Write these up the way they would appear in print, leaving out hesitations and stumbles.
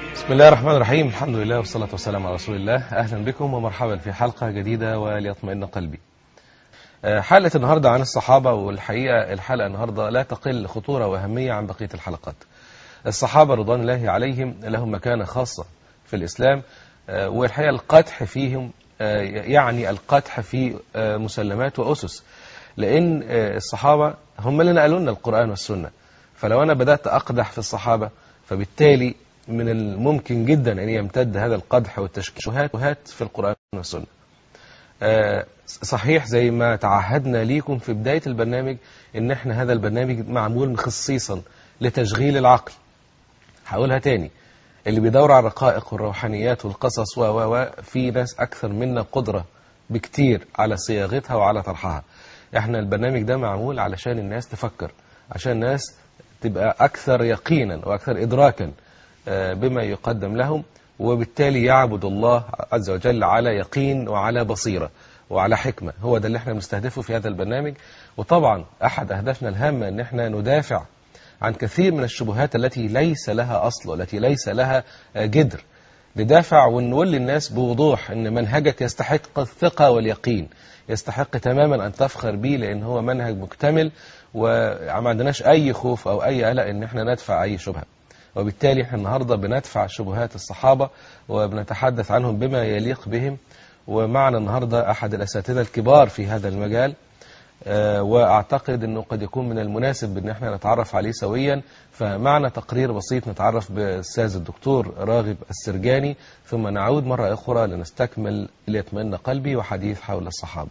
بسم الله الرحمن الرحيم. الحمد لله والصلاة والسلام على رسول الله. أهلا بكم ومرحبا في حلقة جديدة وليطمئن قلبي. حلقة النهاردة عن الصحابة، والحقيقة الحلقة النهاردة لا تقل خطورة وأهمية عن بقية الحلقات. الصحابة رضوان الله عليهم لهم مكانة خاصة في الإسلام، والحقيقة القدح فيهم يعني القدح في مسلمات وأسس، لأن الصحابة هم اللي نقلوا لنا القرآن والسنة. فلو أنا بدأت أقدح في الصحابة فبالتالي من الممكن جدا أن يمتد هذا القدح والتشكيهات في القرآن والسنة. صحيح زي ما تعهدنا ليكم في بداية البرنامج ان احنا هذا البرنامج معمول خصيصا لتشغيل العقل. هقولها تاني، اللي بيدور على الرقائق والروحانيات والقصص في ناس اكثر منا قدرة بكتير على صياغتها وعلى طرحها. احنا البرنامج ده معمول علشان الناس تفكر، عشان الناس تبقى اكثر يقينا واكثر ادراكا بما يقدم لهم، وبالتالي يعبد الله عز وجل على يقين وعلى بصيرة وعلى حكمة. هو ده اللي احنا بنستهدفه في هذا البرنامج. وطبعا أحد أهدافنا الهامة أن احنا ندافع عن كثير من الشبهات التي ليس لها أصل والتي ليس لها جدر. ندافع ونقول للناس بوضوح أن منهجك يستحق الثقة واليقين، يستحق تماما أن تفخر به، لأن هو منهج مكتمل وما عندناش أي خوف أو أي قلق أن احنا ندفع أي شبهة. وبالتالي احنا النهاردة بندفع شبهات الصحابة وبنتحدث عنهم بما يليق بهم. ومعنا النهاردة أحد الأساتذة الكبار في هذا المجال، وأعتقد أنه قد يكون من المناسب أن احنا نتعرف عليه سويا. فمعنا تقرير بسيط نتعرف بالأستاذ الدكتور راغب السرجاني، ثم نعود مرة أخرى لنستكمل ليطمئن قلبي وحديث حول الصحابة.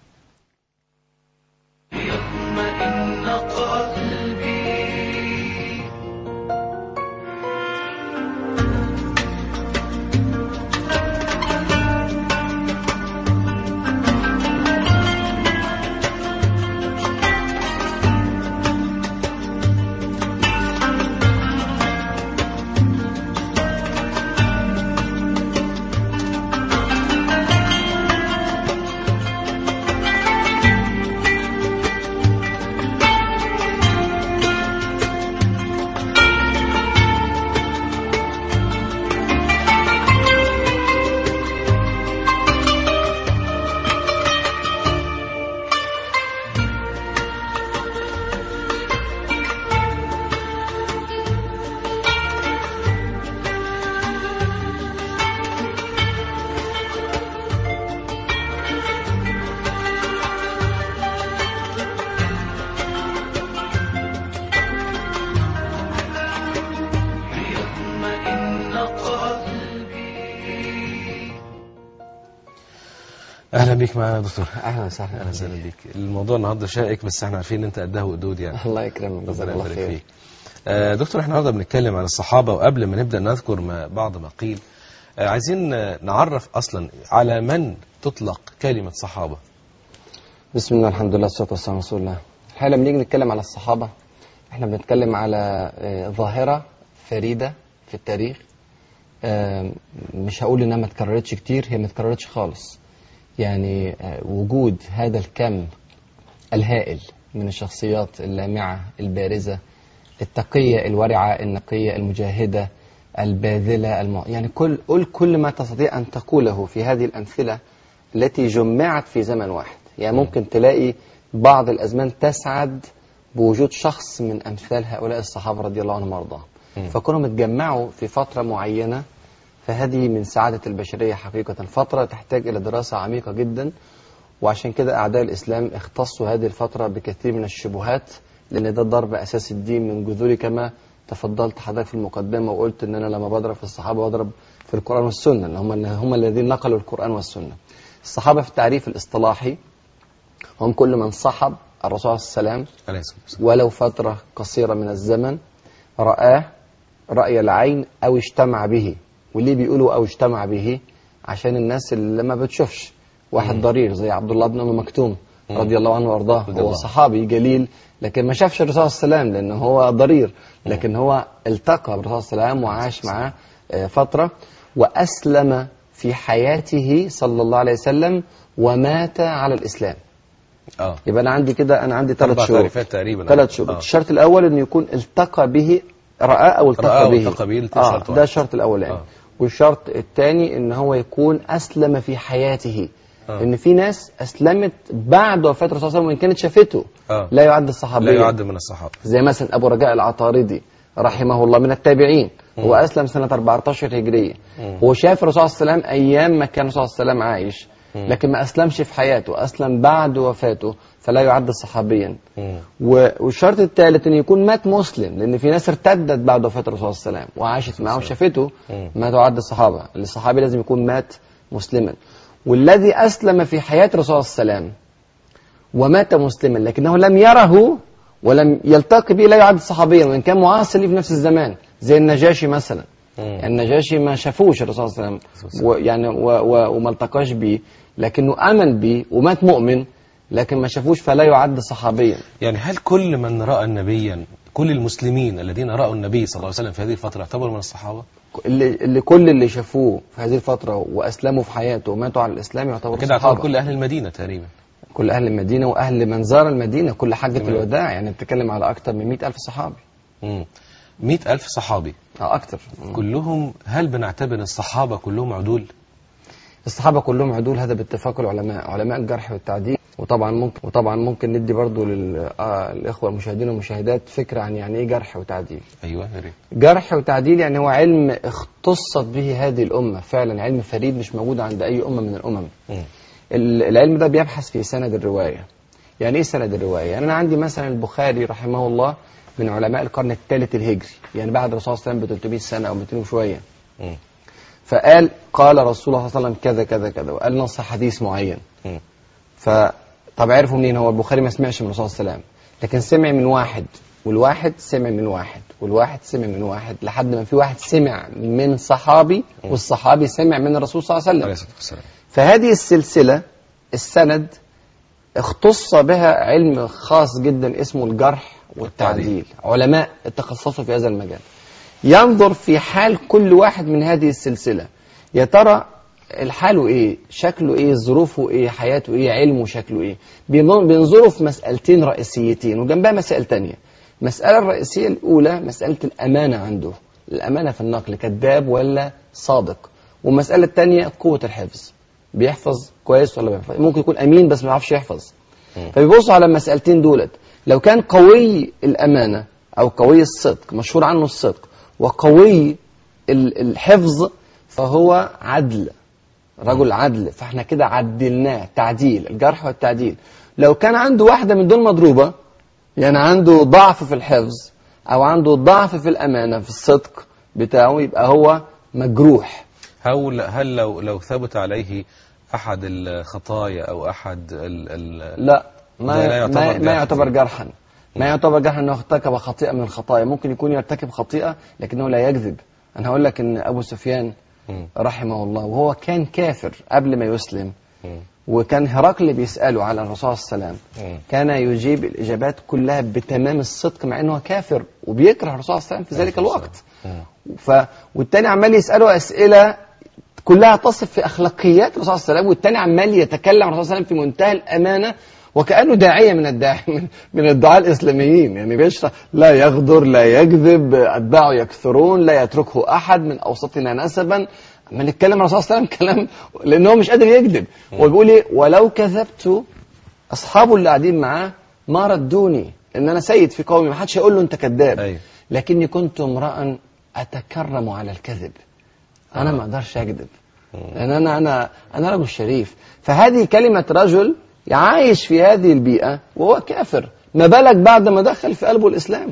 اهلا بيك معنا يا دكتور. اهلا وسهلا. اهلا وسهلا بيك. الموضوع النهارده شائك، بس احنا عارفين ان انت قدها وقدود يعني. الله يكرمك، جزاك الله خير. دكتور، احنا النهارده بنتكلم عن الصحابه، وقبل ما نبدا نذكر بعض ما قيل، عايزين نعرف اصلا على من تطلق كلمه صحابه. بسم الله، الحمد لله، والصلاه والسلام على رسول الله. الحقيقه لما نيجي نتكلم على الصحابه احنا بنتكلم على ظاهره فريده في التاريخ. مش هقول انها ما اتكررتش كتير، هي ما اتكررتش خالص. يعني وجود هذا الكم الهائل من الشخصيات اللامعة البارزة، التقية الورعة النقية المجاهدة الباذلة يعني كل ما تستطيع أن تقوله في هذه الأمثلة التي جمعت في زمن واحد. يعني ممكن تلاقي بعض الأزمان تسعد بوجود شخص من أمثال هؤلاء الصحابة رضي الله عنهم وارضاهم، فكونهم اتجمعوا في فترة معينة، فهذه من سعادة البشرية حقيقة. فترة تحتاج إلى دراسة عميقة جدا، وعشان كده أعداء الإسلام اختصوا هذه الفترة بكثير من الشبهات، لأن ده ضرب أساس الدين من جذوره، كما تفضلت حضرتك في المقدمة وقلت أن أنا لما بضرب في الصحابة بضرب في القرآن والسنة، اللي هم الذين نقلوا القرآن والسنة. الصحابة في التعريف الاصطلاحي هم كل من صحب الرسول صلى الله عليه وسلم ولو فترة قصيرة من الزمن، رآه رأي العين أو اجتمع به. واللي بيقولوا أو اجتمع به عشان الناس اللي ما بتشوفش. واحد ضرير زي عبد الله بن أم مكتوم رضي الله عنه وارضاه، هو صحابي جليل لكن ما شافش الرسول صلى الله عليه وسلم لأنه هو ضرير، لكن هو التقى بالرسول صلى الله عليه وسلم وعاش معاه فترة، وأسلم في حياته صلى الله عليه وسلم ومات على الإسلام. يبقى أنا عندي كده، أنا عندي 3 شروط تقريبا. 3 شروط. الشرط الأول أنه يكون التقى به رأى أو التقى به. ده الشرط الأولاني. والشرط الثاني ان هو يكون أسلم في حياته. ان في ناس أسلمت بعد وفاة الرسول صلى الله عليه وسلم وإن كانت شافته لا يعد الصحابي، لا يعد من الصحابة، زي مثلا أبو رجاء العطاردي رحمه الله من التابعين. هو أسلم سنة 14 هجرية. هو شاف الرسول صلى الله عليه وسلم أيام ما كان الرسول صلى الله عليه وسلم عايش، لكن ما أسلمش في حياته، أسلم بعد وفاته، فلا يعد صحابيا. والشرط الثالث أن يكون مات مسلم، لأن في ناس ارتدت بعد وفاة الرسول صلى الله عليه وسلم وعاشت معه وشافته، ما تعد الصحابة. الصحابي لازم يكون مات مسلما. والذي أسلم في حياة الرسول صلى الله عليه وسلم ومات مسلما لكنه لم يره ولم يلتقي به لا يعد صحابيا، وإن كان معاصر ليه في نفس الزمان، زي النجاشي مثلا. يعني النجاشي ما شافوش الرسول صلى الله عليه وسلم يعني وما التقاش به، لكنه آمن به ومات مؤمن، لكن ما شافوش فلا يعد صحابيا. يعني هل كل من رأى النبي، كل المسلمين الذين رأوا النبي صلى الله عليه وسلم في هذه الفترة يعتبروا من الصحابة؟ كل اللي شافوه في هذه الفترة وأسلموا في حياته وماتوا على الإسلام يعتبروا كده صحابة. كل أهل المدينة تقريبا، كل أهل المدينة وأهل من زار المدينة، كل حجة الوداع، يعني بتتكلم على أكثر من 100,000 صحابي. 100,000 صحابي أكثر. كلهم، هل بنعتبر الصحابة كلهم عدول؟ الصحابة كلهم عدول، هذا باتفاق العلماء، علماء الجرح والتعديل. وطبعا ممكن ندي برضو للإخوة المشاهدين والمشاهدات فكرة عن يعني إيه جرح وتعديل. أيوة يا ريت. جرح وتعديل يعني هو علم اختصت به هذه الأمة، فعلا علم فريد مش موجود عند أي أمة من الأمم. العلم ده بيبحث في سند الرواية. يعني إيه سند الرواية؟ يعني أنا عندي مثلا البخاري رحمه الله من علماء القرن الثالث الهجري، يعني بعد الرسول صلى الله عليه وسلم ب 300 سنة أو 200 وشوية. فقال قال رسول الله صلى الله عليه وسلم كذا كذا كذا، وقال نص حديث معين. طب عرفوا منين؟ هو البخاري ما سمعش من الرسول صلى الله عليه وسلم، لكن سمع من واحد، والواحد سمع من واحد، والواحد سمع من واحد، لحد ما في واحد سمع من صحابي، والصحابي سمع من الرسول صلى الله عليه وسلم. فهذه السلسلة السند اختص بها علم خاص جدا اسمه الجرح والتعديل. علماء تخصصوا في هذا المجال، ينظر في حال كل واحد من هذه السلسلة، يا ترى الحاله ايه، شكله ايه، ظروفه ايه، حياته ايه، علمه شكله ايه. بينظروا في مسألتين رئيسيتين وجنبها مسائل تانية. المسألة الرئيسية الأولى مسألة الأمانة عنده، الأمانة في النقل، كذاب ولا صادق. والمسألة التانية قوة الحفظ، بيحفظ كويس ولا بيحفظ. ممكن يكون أمين بس ما يعرفش يحفظ. فبيبصوا على المسألتين دولت. لو كان قوي الأمانة أو قوي الصدق، مشهور عنه الصدق، وقوي الحفظ، فهو عدل، رجل عدل، فاحنا كده عدلناه. تعديل، الجرح والتعديل. لو كان عنده واحدة من دول مضروبة، يعني عنده ضعف في الحفظ أو عنده ضعف في الأمانة في الصدق بتاعه، يبقى هو مجروح. هل لو ثبت عليه أحد الخطايا أو أحد لا، ما يعتبر جرحا. ما يعتبر جرحا أنه ارتكب خطيئة من الخطايا. ممكن يكون يرتكب خطيئة لكنه لا يكذب. أنا هقول لك أن أبو سفيان رحمه الله وهو كان كافر قبل ما يسلم، وكان هرقل بيسأله على الرسول صلى الله عليه وسلم، كان يجيب الإجابات كلها بتمام الصدق مع أنه كافر وبيكره الرسول صلى الله عليه وسلم في ذلك الوقت. والتاني عمال يسأله أسئلة كلها تصف في أخلاقيات الرسول صلى الله عليه وسلم، والتاني عمال يتكلم عن الرسول صلى الله عليه وسلم في منتهى الأمانة، وكأنه داعية من الدعاء الإسلاميين. يعني بيشرح لا يغدر، لا يكذب، أتباعه يكثرون، لا يتركه أحد من أوسطنا نسبا. ما نتكلم عن الرسول صلى الله عليه وسلم كلام لأنه مش قادر يكذب. وبيقول إيه؟ ولو كذبت أصحابه اللي قاعدين معاه ما ردوني، لأن أنا سيد في قومي، ما حدش يقول له أنت كذاب. لكني كنت امرأ أتكرم على الكذب، أنا ما أقدرش أكذب، لأن أنا رجل شريف. فهذه كلمة رجل عايش في هذه البيئة وهو كافر، ما بالك بعد ما دخل في قلبه الإسلام.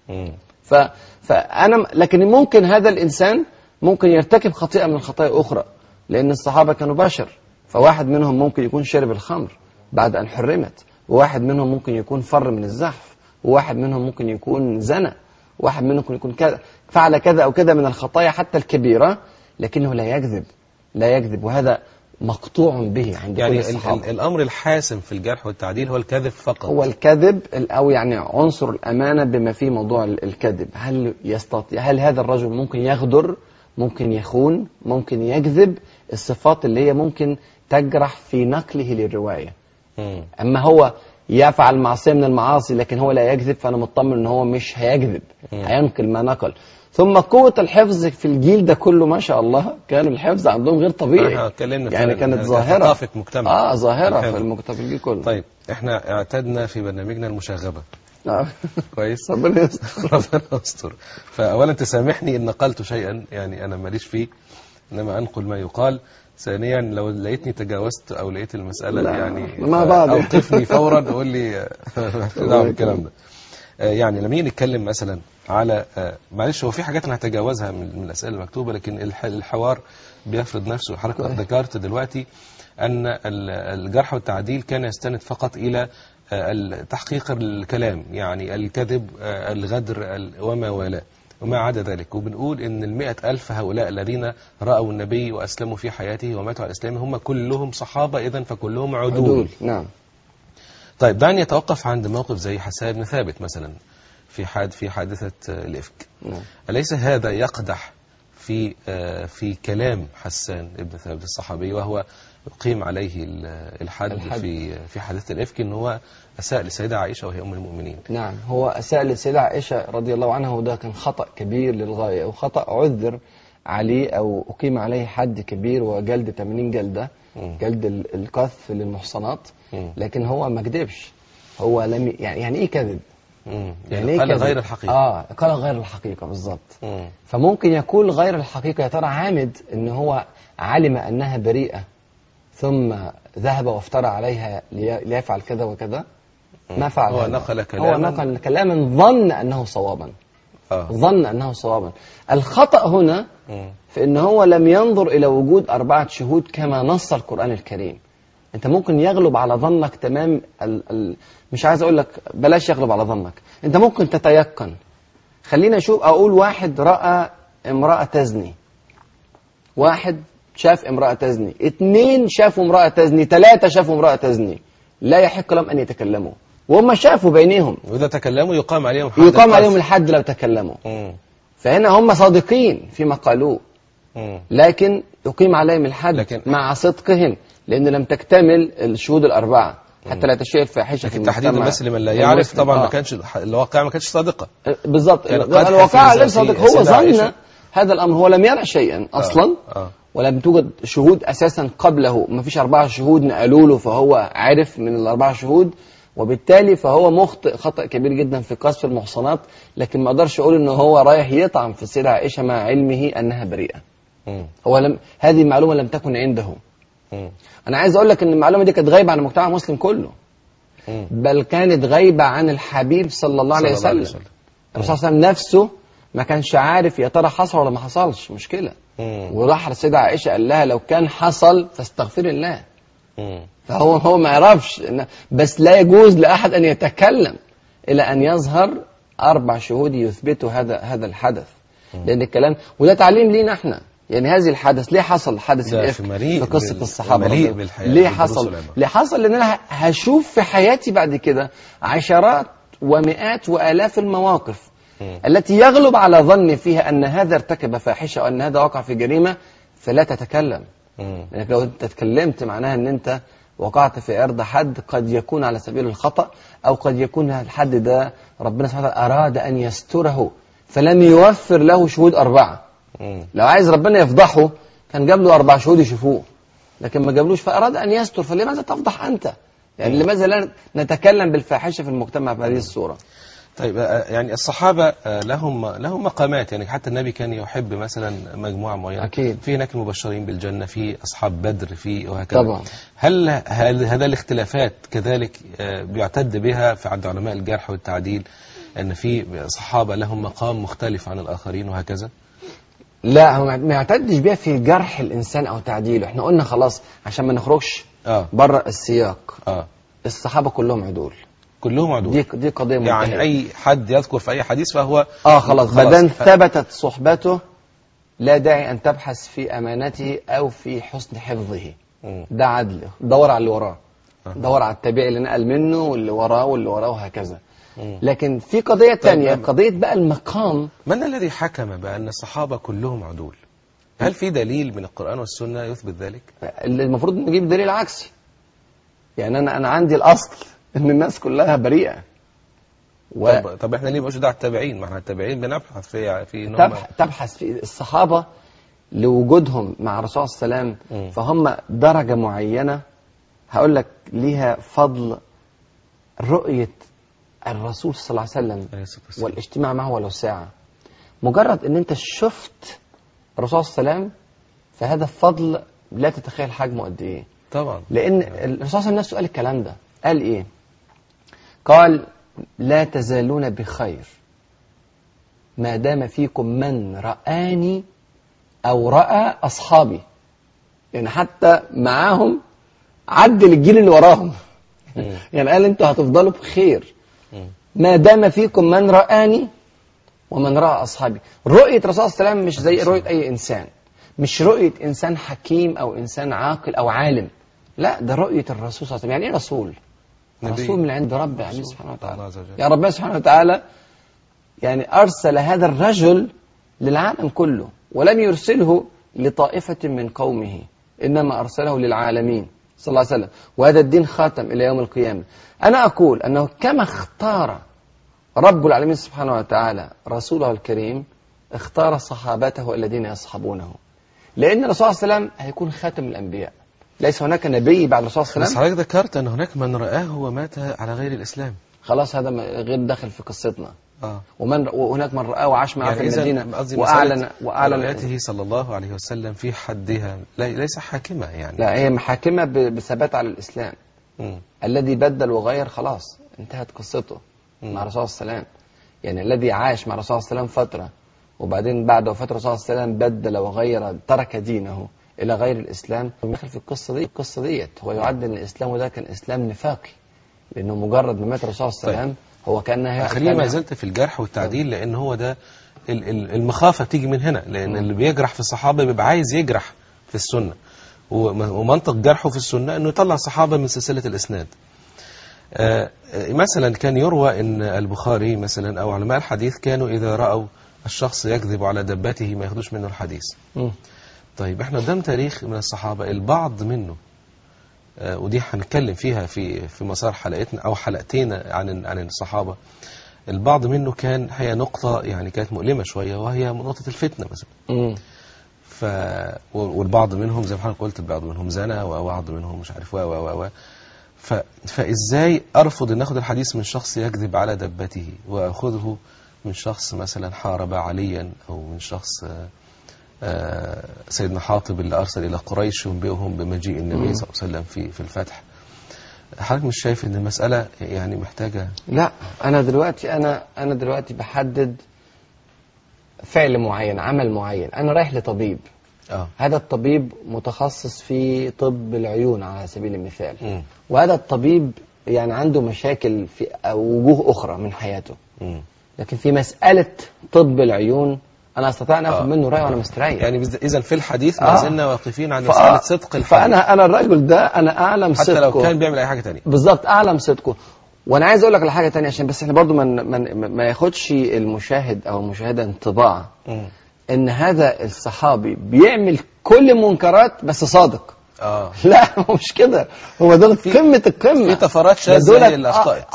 لكن ممكن هذا الإنسان ممكن يرتكب خطيئة من خطايا أخرى، لأن الصحابة كانوا بشر. فواحد منهم ممكن يكون شرب الخمر بعد أن حرمت، وواحد منهم ممكن يكون فر من الزحف، وواحد منهم ممكن يكون زنى، وواحد منهم ممكن يكون كذا، فعل كذا أو كذا من الخطايا حتى الكبيرة، لكنه لا يكذب، وهذا مقطوع به عند كل الصحابة. الأمر الحاسم في الجرح والتعديل هو الكذب فقط. هو الكذب، أو يعني عنصر الأمانة بما فيه موضوع الكذب. هل هذا الرجل ممكن يغدر، ممكن يخون، ممكن يكذب، الصفات اللي هي ممكن تجرح في نقله للرواية. أما هو يفعل معصية من المعاصي لكن هو لا يكذب، فأنا مطمن إن هو مش هيكذب، هينقل ما نقل. ثم قوة الحفظ في الجيل ده كله ما شاء الله، كانوا الحفظ عندهم غير طبيعي، يعني كانت ظاهرة مجتمع ظاهرة في المجتمع، في الجيل كله. طيب احنا اعتدنا في برنامجنا المشاغبة. كويس. ربنا يستر. ربنا يستر. فأولا تسامحني إن نقلت شيئا يعني أنا ماليش فيه، إنما أنقل ما يقال. ثانيا لو لقيتني تجاوزت أو لقيت المسألة يعني مع بعض أوقفني فورا وقول لي دعوة بالكلام ده. يعني لما نيجي نتكلم مثلا على معلش هو في حاجات أنا هتجاوزها من الأسئلة المكتوبة، لكن الحوار بيفرض نفسه. حضرتك ذكرت دلوقتي أن الجرح والتعديل كان يستند فقط إلى تحقيق الكلام، يعني الكذب، الغدر، وما والاه وما عدا ذلك. وبنقول إن 100,000 هؤلاء الذين رأوا النبي وأسلموا في حياته وماتوا على الإسلام هم كلهم صحابة، إذن فكلهم عدول. نعم. طيب دعني يتوقف عند موقف زي حسان بن ثابت مثلا في حادثة الإفك. أليس هذا يقدح في كلام حسان بن ثابت الصحابي، وهو يقيم عليه الحد في حادثة الإفك، إن هو أساء للسيدة عائشة وهي أم المؤمنين؟ نعم، هو أساء للسيدة عائشة رضي الله عنها، وده كان خطأ كبير للغاية، وخطأ عذر عليه أو أقيم عليه حد كبير وجلد 80 جلدة، جلد القذف للمحصنات. لكن هو ما كذبش، هو لم يعني إيه كذب؟ يعني قال غير الحقيقة. قال غير الحقيقة بالضبط. فممكن يكون غير الحقيقة يا ترى عامد إن هو علم أنها بريئة ثم ذهب وافترى عليها ليفعل كذا وكذا. ما فعل، هو نقل كلاما ظن أنه صوابا. ظن أنه صوابا. الخطأ هنا في أنه هو لم ينظر إلى وجود 4 شهود كما نص القرآن الكريم. أنت ممكن يغلب على ظنك تمام مش عايز أقول لك بلاش يغلب على ظنك، أنت ممكن تتيقن. خلينا أقول واحد رأى امرأة تزني، واحد شاف امرأة تزني، 2 شافوا امرأة تزني، 3 شافوا امرأة تزني، لا يحق لهم أن يتكلموا، وهم شافوا بينهم، وإذا تكلموا يقام عليهم الحد لو تكلموا. فهنا هم صادقين فيما قالوه، لكن يقيم عليهم الحد مع صدقهم، لأن لم تكتمل الشهود ال4 حتى لا تشيع الفاحشة في المجتمع. التحديد بس لمن لا يعرف طبعا ما كانش الواقع ما كانش صادقة بالضبط. الواقع غير صادق، هو ظن هذا الأمر، هو لم يرى شيئا أصلا ولم توجد شهود أساسا قبله، ما فيش 4 شهود نقلوا له فهو عرف من ال4 شهود، وبالتالي فهو مخطئ خطأ كبير جدا في قذف المحصنات. لكن ما اقدرش اقول ان هو رايح يطعن في السيدة عائشة مع علمه انها بريئة. هو هذه المعلومة لم تكن عنده. انا عايز اقول لك ان المعلومة دي كانت غايبة عن المجتمع المسلم كله، بل كانت غايبة عن الحبيب صلى الله عليه وسلم. الرسول صلى الله عليه وسلم نفسه ما كانش عارف يا ترى حصل ولا ما حصلش، مشكلة. وراح السيدة عائشة قال لها لو كان حصل فاستغفر الله. فهو ما يعرفش، بس لا يجوز لأحد أن يتكلم إلى أن يظهر 4 شهود يثبتوا هذا الحدث. لأن الكلام وده تعليم لينا احنا، يعني هذه الحدث ليه حصل، حدث الإفك في قصة الصحابة ليه حصل؟ ليه حصل؟ لأن أنا هشوف في حياتي بعد كده عشرات ومئات وآلاف المواقف التي يغلب على ظني فيها أن هذا ارتكب فاحشة وأن هذا وقع في جريمة، فلا تتكلم. لأنك لو أنت تكلمت معناها أن أنت وقعت في عرض حد قد يكون على سبيل الخطأ، أو قد يكون الحد ده ربنا سبحانه وتعالى أراد أن يستره فلم يوفر له شهود 4. لو عايز ربنا يفضحه كان جاب له 4 شهود يشوفوه، لكن ما جابلوش فأراد أن يستر. فلماذا تفضح أنت؟ يعني لماذا لا نتكلم بالفاحشة في المجتمع بهذه الصورة؟ طيب يعني الصحابة لهم مقامات، يعني حتى النبي كان يحب مثلا مجموعة معينة. أكيد. في هناك المبشرين بالجنة، في أصحاب بدر، في وهكذا. طبعا. هل هذا الاختلافات كذلك بيعتد بها في عند علماء الجرح والتعديل، أن في صحابة لهم مقام مختلف عن الآخرين وهكذا؟ لا، هو ما يعتدش بيها في جرح الإنسان أو تعديله. احنا قلنا خلاص عشان ما نخرجش بره السياق. الصحابة كلهم عدول. كلهم عدول. دي قضية منتهية. يعني أي حد يذكر في أي حديث فهو خلاص بدل ثبتت صحبته لا داعي أن تبحث في أمانته أو في حسن حفظه. ده عدل. دور على اللي وراه، دور على التابعي اللي نقل منه واللي وراه واللي وراه وهكذا. لكن في قضية تانية، قضية بقى المقام. من الذي حكم بأن الصحابة كلهم عدول؟ هل في دليل من القرآن والسنة يثبت ذلك؟ المفروض نجيب دليل عكسي. يعني أنا عندي الأصل ان الناس كلها بريئة. طب احنا ليه مش دعوة التابعين؟ ما احنا التابعين بنبحث في ان هم تبحث في الصحابة لوجودهم مع الرسول صلى الله عليه وسلم، فهم درجة معينة هقول لك ليها فضل رؤية الرسول صلى الله عليه وسلم والاجتماع معه ولو ساعة. مجرد ان انت شفت الرسول صلى الله عليه وسلم فهذا فضل لا تتخيل حجمه قد ايه. طبعا. لان الرسول صلى الله عليه وسلم نفسه قال الكلام ده. قال ايه؟ قال لا تزالون بخير ما دام فيكم من رآني او رأى اصحابي. يعني حتى معاهم عدل الجيل اللي وراهم. يعني قال انتوا هتفضلوا بخير ما دام فيكم من رآني ومن رأى أصحابي. رؤية الرسول صلى الله عليه وسلم مش زي رؤية أي إنسان، مش رؤية إنسان حكيم أو إنسان عاقل أو عالم، لا ده رؤية الرسول صلى الله عليه وسلم. يعني إيه رسول؟ رسول من عند رب العالمين سبحانه وتعالى. يا ربنا سبحانه وتعالى يعني أرسل هذا الرجل للعالم كله، ولم يرسله لطائفة من قومه، إنما أرسله للعالمين صلى الله عليه وسلم. وهذا الدين خاتم إلى يوم القيامة. أنا أقول أنه كما اختار رب العالمين سبحانه وتعالى رسوله الكريم، اختار صحابته الذين يصحبونه، لأن الرسول صلى الله عليه وسلم هيكون خاتم الأنبياء. ليس هناك نبي بعد الرسول صلى الله عليه وسلم. بس حضرتك ذكرت أن هناك من رآه ومات على غير الإسلام. خلاص هذا غير داخل في قصتنا. وهناك من رآه وعاش معه يعني في المدينة وأعلن رؤيته صلى الله عليه وسلم في حدها ليس حاكمة يعني. لا هي حاكمة بثبات على الإسلام. الذي بدل وغير خلاص انتهت قصته مع الرسول صلى الله عليه وسلم. يعني الذي عاش مع الرسول صلى الله عليه وسلم فترة وبعدين بعد وفاة الرسول صلى الله عليه وسلم بدل وغير ترك دينه إلى غير الإسلام دخل في القصة ديت. هو يعد أن الإسلام ده كان إسلام نفاقي، لأنه مجرد ما مات الرسول صلى الله عليه وسلم هو كأنها خلينا ما زلت في الجرح والتعديل، لأن هو ده المخافة تيجي من هنا، لأن اللي بيجرح في الصحابة بيبقى عايز يجرح في السنة، ومنطق جرحه في السنة أنه يطلع الصحابة من سلسلة الإسناد. مثلا كان يروى أن البخاري مثلا أو علماء الحديث كانوا إذا رأوا الشخص يكذب على دبته ما ياخدوش منه الحديث. طيب احنا قدام تاريخ من الصحابة البعض منه، ودي هنتكلم فيها في مسار حلقتنا أو حلقتين عن الصحابة. البعض منه كان هي نقطة يعني كانت مؤلمة شوية، وهي نقطة الفتنة مثلا. والبعض منهم زي ما حضرتك قلت البعض منهم زنا وبعض منهم مش عارف فإزاي أرفض أن أخذ الحديث من شخص يكذب على دبته، وأخذه من شخص مثلا حارب عليا، أو من شخص سيدنا حاطب اللي أرسل إلى قريش ينبئهم بمجيء النبي صلى الله عليه وسلم في الفتح. حضرتك مش شايف أن المسألة يعني محتاجة؟ لا أنا دلوقتي بحدد فعل معين، عمل معين. أنا رايح لطبيب، هذا الطبيب متخصص في طب العيون على سبيل المثال، وهذا الطبيب يعني عنده مشاكل في وجوه أخرى من حياته، لكن في مسألة طب العيون أنا أستطيع أن أخذ منه رأي وأنا مستريح. يعني إذا في الحديث ما زلنا واقفين عن مسألة صدق الحديث. فأنا الرجل ده أنا أعلم حتى صدقه، لو كان بيعمل أي حاجة تانية. بالضبط أعلم صدقه. وأنا عايز أقول لك على حاجة تانية عشان بس إحنا برضو ما ياخدش المشاهد أو المشاهدة انطباع إن هذا الصحابي بيعمل كل منكرات بس صادق. لا مش كده، هو دول قمة القمة. في طفرات شاذة اللي أخطأت،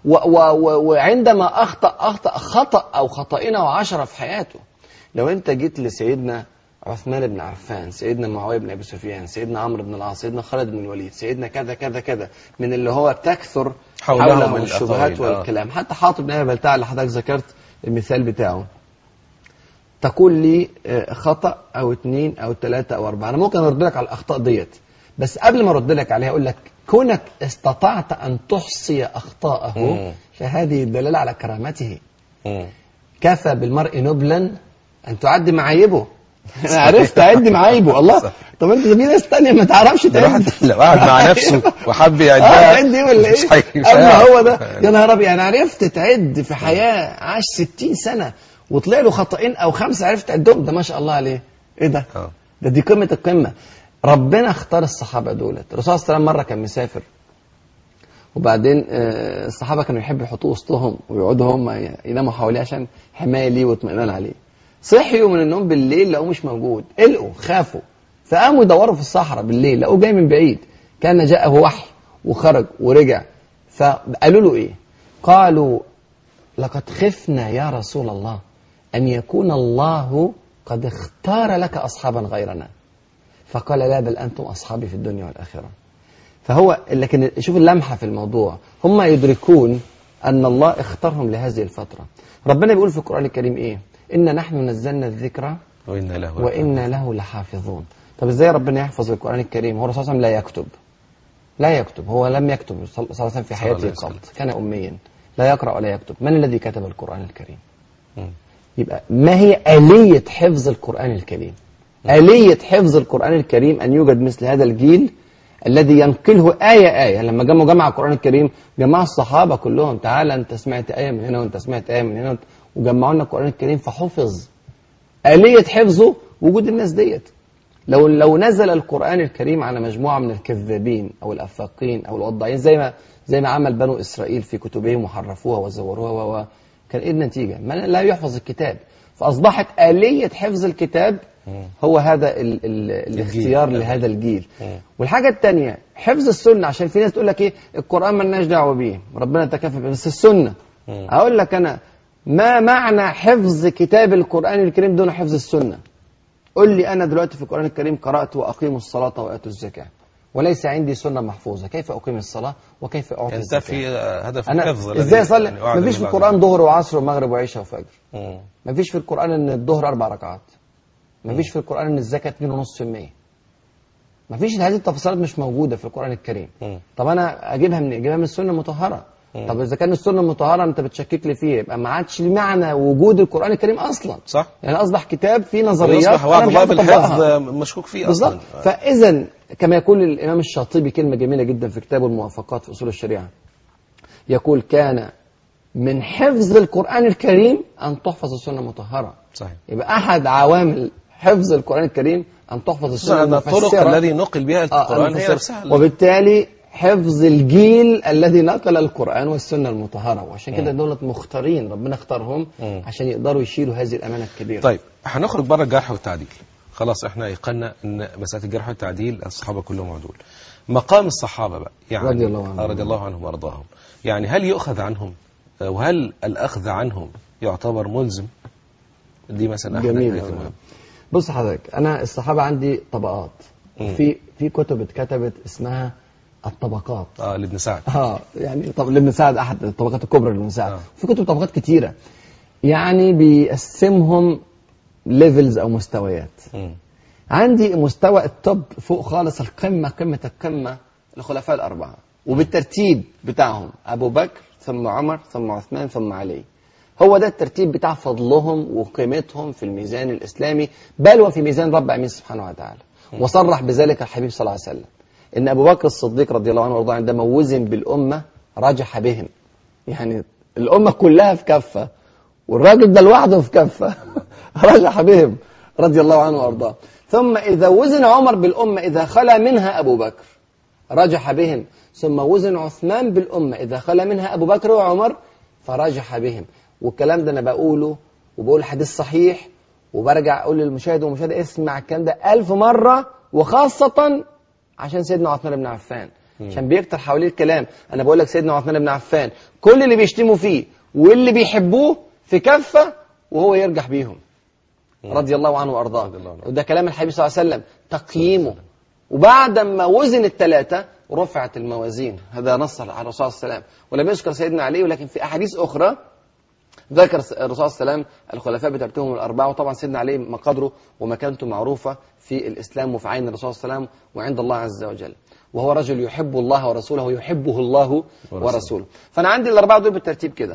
وعندما أخطأ خطأ أو خطأين وعشرة في حياته. لو أنت جيت لسيدنا عثمان بن عفان، سيدنا معاوية بن أبي سفيان، سيدنا عمرو بن العاص، سيدنا خالد بن الوليد، سيدنا كذا كذا كذا من اللي هو تكثر حولهم الشبهات والكلام. حتى حاطب بن أبي بلتاع اللي حضرتك ذكرت المثال بتاعه، تقول لي خطأ أو 2 أو 3 أو 4، أنا ممكن أرد لك على الأخطاء ديت، بس قبل ما أرد لك عليها أقول لك كونك استطعت أن تحصي أخطاءه فهذه دلالة على كرامته. كفى بالمرء نبلا أن تعد معايبه. أنا عرفت أعد معايبه. الله، طب أنت في ناس تانية ما تعرفش تعد. لو قاعد مع نفسه وحب يعدها تعد إيه ولا إيه؟ أما هو ده يا نهار أبيض، أنا عرفت تعد في حياة عاش 60 سنة وطلع له خطأين أو 5 عرفت تعدهم، ده ما شاء الله عليه. إيه ده؟ دي قمة القمة. ربنا اختار الصحابة دولت. الرسول صلى الله عليه وسلم مرة كان مسافر، وبعدين الصحابة كانوا يحبوا يحطوه وسطهم ويقعدوا هم يناموا حواليه عشان حماية ليه واطمئنان عليه. صحيوا من النوم بالليل لقوه مش موجود، قلقوا خافوا، فقاموا يدوروا في الصحراء بالليل لقوه جاي من بعيد، كان جاءه وحي وخرج ورجع. فقالوا له إيه؟ قالوا لقد خفنا يا رسول الله أن يكون الله قد اختار لك أصحابا غيرنا. فقال لا، بل أنتم أصحابي في الدنيا والآخرة. فهو لكن شوف اللمحة في الموضوع، هم يدركون أن الله اختارهم لهذه الفترة. ربنا بيقول في القرآن الكريم إيه؟ إن نحن نزلنا الذكر وإنا له لحافظون. طب إزاي ربنا يحفظ القرآن الكريم؟ هو الرسول صلى الله عليه وسلم لا يكتب، هو لم يكتب صلى الله عليه وسلم في حياته قط، كان أميا لا يقرأ ولا يكتب. من الذي كتب القرآن الكريم؟ يبقى ما هي آلية حفظ القرآن الكريم؟ آلية حفظ القرآن الكريم أن يوجد مثل هذا الجيل الذي ينقله آية. لما جمع القرآن الكريم جمع الصحابة كلهم، تعالى أنت سمعت آية من هنا وأنت سمعت آية من هنا، وجمعوا لنا القرآن الكريم فحفظ. آلية حفظه وجود الناس ديت. لو نزل القرآن الكريم على مجموعة من الكذابين أو الأفاقين أو الوضاعين زي ما عمل بنو إسرائيل في كتبهم وحرفوها وزوروها كان إيه النتيجة؟ لا يحفظ الكتاب. فأصبحت آلية حفظ الكتاب هو هذا الاختيار لهذا الجيل. والحاجة الثانية حفظ السنة، عشان في ناس تقول لك إيه القرآن ما لناش دعوة بيه، ربنا تكفل بس السنة. أقول لك أنا ما معنى حفظ كتاب القرآن الكريم دون حفظ السنة؟ قل لي أنا دلوقتي في القرآن الكريم قرأت وأقيموا الصلاة وآتوا الزكاة، وليس عندي سنة محفوظة، كيف أقيم الصلاة وكيف أعطي الزكاة؟ أنت في هدف الحفظ إزاي أصلي؟ يعني ما فيش في القرآن ظهر وعصر ومغرب وعشاء وفجر. ما فيش في القرآن أن الظهر 4 ركعات. ما فيش في القرآن أن الزكاة 2.5%. ما فيش هذه التفاصيلات، مش موجودة في القرآن الكريم. طب أنا أجيبها من أجيبها من السنة المطهرة. طب إذا كان السنة المطهرة أنت بتشكك لي فيه، يبقى ما عادش معنى وجود القرآن الكريم أصلا. صح. يعني أصبح كتاب فيه نظريات أصبح باب الحفظ مشكوك فيه بالضبط. أصلا. فإذا كما يقول الإمام الشاطبي كلمة جميلة جدا في كتابه الموافقات في أصول الشريعة، يقول كان من حفظ القرآن الكريم أن تحفظ السنة المطهرة. صحيح. يبقى أحد عوامل حفظ القرآن الكريم أن تحفظ السنة المفسرة. الطرق الذي نقل بها القرآن هي نفسها. وبالتالي حفظ الجيل الذي نقل القرآن والسنة المطهرة، وعشان كده دولة مختارين ربنا اختارهم عشان يقدروا يشيلوا هذه الأمانة الكبيرة. طيب هنخرج بره الجرح والتعديل، خلاص احنا ايقنا ان مسألة الجرح والتعديل الصحابة كلهم عدول. مقام الصحابة بقى يعني رضي الله عنهم وارضاهم، يعني هل يؤخذ عنهم وهل الأخذ عنهم يعتبر ملزم؟ دي مثلا أحد جميل. بص حضرتك، أنا الصحابة عندي طبقات. في كتب اتكتبت اسمها الطبقات لابن سعد. يعني طب لابن سعد أحد الطبقات الكبرى لابن سعد. في كتب طبقات كتيرة، يعني بيقسمهم ليفلز أو مستويات. عندي مستوى التوب فوق خالص، قمة القمة الخلفاء الأربعة، وبالترتيب بتاعهم أبو بكر ثم عمر ثم عثمان ثم علي. هو ده الترتيب بتاع فضلهم وقيمتهم في الميزان الإسلامي، بل وفي ميزان رب العالمين سبحانه وتعالى. وصرح بذلك الحبيب صلى الله عليه وسلم إن أبو بكر الصديق رضي الله عنه وارضاه عندما وزن بالأمة رجح بهم. يعني الأمة كلها في كفة والراجل ده لوحده في كفة رجح بهم رضي الله عنه وارضاه. ثم إذا وزن عمر بالأمة إذا خلا منها أبو بكر رجح بهم. ثم وزن عثمان بالأمة إذا خلا منها أبو بكر وعمر فرجح بهم. والكلام ده أنا بقوله وبقول حديث صحيح، وبرجع أقول للمشاهد والمشاهدة اسمع الكلام ده 1000 مرة، وخاصة عشان سيدنا عثمان بن عفان، عشان بيكتر حواليه الكلام. أنا بقول لك سيدنا عثمان بن عفان كل اللي بيشتموا فيه واللي بيحبوه في كفة وهو يرجح بيهم رضي الله عنه وأرضاه. وده كلام الحبيب صلى الله عليه وسلم تقييمه. وبعد ما وزن الثلاثة رفعت الموازين. هذا نص على الرسول صلى الله عليه وسلم. ولم يذكر سيدنا علي، ولكن في أحاديث أخرى ذكر الرسول صلى الله عليه وسلم الخلفاء بترتيبهم الأربعة. وطبعا سيدنا علي مقدره ومكانته معروفة في الإسلام وفي عين الرسول صلى الله عليه وسلم وعند الله عز وجل، وهو رجل يحب الله ورسوله ويحبه الله ورسوله. فأنا عندي الأربعة دول بالترتيب كده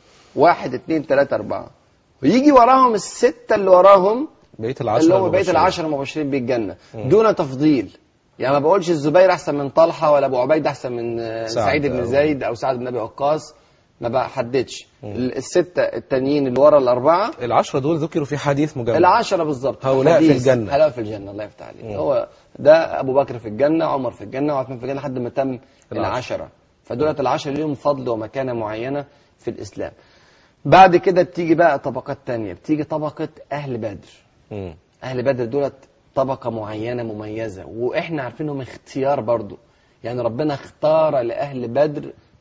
1 2 3 4، ويجي وراهم الستة اللي وراهم بقية العشرة المبشرين بالجنة دون تفضيل. يعني ما بقولش الزبير أحسن من طلحة ولا أبو عبيد أحسن من سعيد بن زيد أو سعد بن أبي وقاص، ما بحددش. الستة التانيين اللي ورا الأربعة العشرة دول ذكروا في حديث مجمع. العشرة بالظبط هؤلاء في الجنة. هؤلاء في الجنة الله يفتح عليك. هو ده أبو بكر في الجنة، عمر في الجنة، وعثمان في الجنة، لحد ما تم العشرة. فدولة العشرة لهم فضل ومكانة معينة في الإسلام. بعد كده بتيجي بقى طبقات تانية، بتيجي طبقة أهل بدر. أهل بدر دولت طبقة معينة مميزة، وإحنا عارفينهم اختيار برضو. يعني ربنا اختار لأهل بدر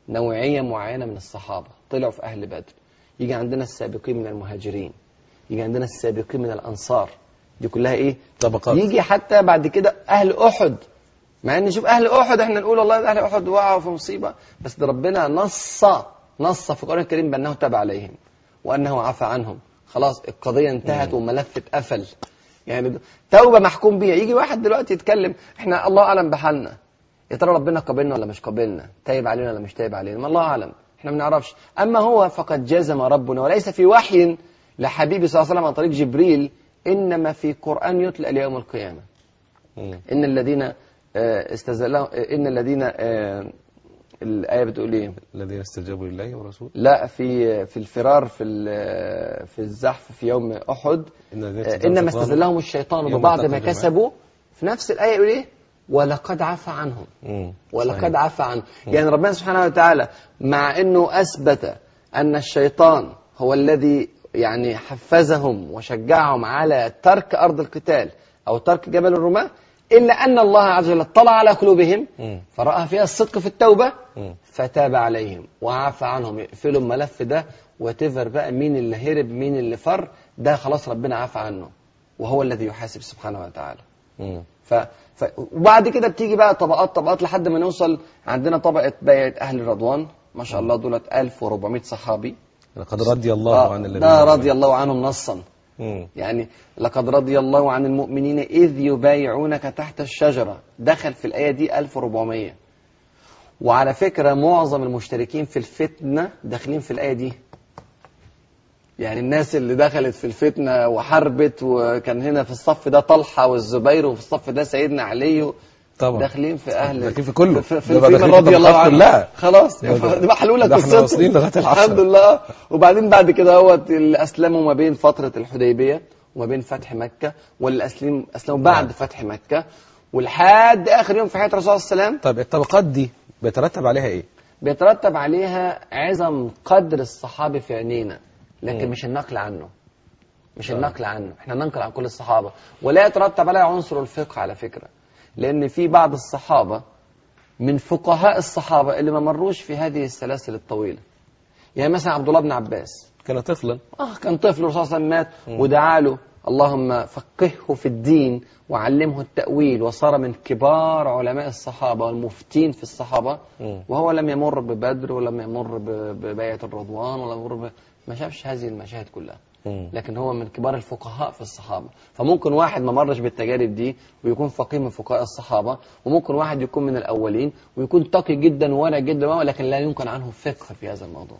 نوعية معينة من الصحابة طلعوا في أهل بدر. يجي عندنا السابقين من المهاجرين، يجي عندنا السابقين من الأنصار، دي كلها إيه؟ طبقات. يجي حتى بعد كده أهل أحد، مع ان نشوف اهل احد احنا نقول والله اهل احد وقعوا في مصيبه، بس ده ربنا نص في القران الكريم بانه تاب عليهم وانه عفى عنهم. خلاص القضيه انتهت والملف اتقفل. يعني توبه محكوم بيها. يجي واحد دلوقتي يتكلم احنا الله اعلم بحالنا، يا ترى ربنا قابلنا ولا مش قابلنا، تايب علينا ولا مش تايب علينا، ما الله اعلم، احنا ما نعرفش. اما هو فقد جزم ربنا، وليس في وحي لحبيبي صلى الله عليه وسلم عن طريق جبريل، انما في قران يتلى ليوم القيامه. ان الذين استزلوا، ان الذين الآية بتقول ايه؟ الذين استجابوا لله ورسوله. لا، في الفرار في الزحف في يوم أحد، إنما استزلهم الشيطان ببعض ما كسبوا. في نفس الآية يقول ايه؟ ولقد عفى عنهم. ولقد عفى عنهم. يعني ربنا سبحانه وتعالى مع انه اثبت ان الشيطان هو الذي يعني حفزهم وشجعهم على ترك ارض القتال او ترك جبل الرماة، إلا أن الله عز وجل اطلع على قلوبهم فرأى فيها الصدق في التوبة فتاب عليهم وعفى عنهم. يقفلوا الملف ده وتفر بقى مين اللي هرب مين اللي فر، ده خلاص ربنا عفى عنه وهو الذي يحاسب سبحانه وتعالى. وبعد كده بتيجي بقى طبقات لحد ما نوصل عندنا طبقة بيعة أهل الرضوان، ما شاء الله دولت 1400 صحابي. لقد رضي الله عن الذين ده رضي الله عنهم نصا. يعني لقد رضي الله عن المؤمنين إذ يبايعونك تحت الشجرة، دخل في الآية دي 1400. وعلى فكرة معظم المشتركين في الفتنة داخلين في الآية دي. يعني الناس اللي دخلت في الفتنة وحربت، وكان هنا في الصف ده طلحة والزبير وفي الصف ده سيدنا علي، طبعا داخلين في أهل في كله في رضي الله عنه. خلاص دي محلولة قصتهم الحمد لله. وبعدين بعد كده هو اللي أسلموا ما بين فترة الحديبية وما بين فتح مكة، واللي أسلموا بعد فتح مكة ولحد آخر يوم في حياة الرسول صلى الله عليه وسلم. طيب الطبقات دي بيترتب عليها إيه؟ بيترتب عليها عظم قدر الصحابي في عينينا، لكن مش النقل عنه، مش النقل عنه. احنا ننقل عن كل الصحابة، ولا يترتب عليها عنصر الفقه على فكرة، لأن في بعض الصحابة من فقهاء الصحابة اللي ما مروش في هذه السلاسل الطويلة. يعني مثلا عبد الله بن عباس كان طفلا، كان طفل، والرسول صلى الله عليه وسلم مات ودعا له اللهم فقهه في الدين وعلمه التأويل، وصار من كبار علماء الصحابة والمفتين في الصحابة، وهو لم يمر ببدر ولم يمر ببيعة الرضوان ولا يمر ما شافش هذه المشاهد كلها، لكن هو من كبار الفقهاء في الصحابة. فممكن واحد ما مرش بالتجارب دي ويكون فقيه من فقهاء الصحابة، وممكن واحد يكون من الأولين ويكون تقي جدا وورع جدا، لكن لا يمكن عنه فقه في هذا الموضوع.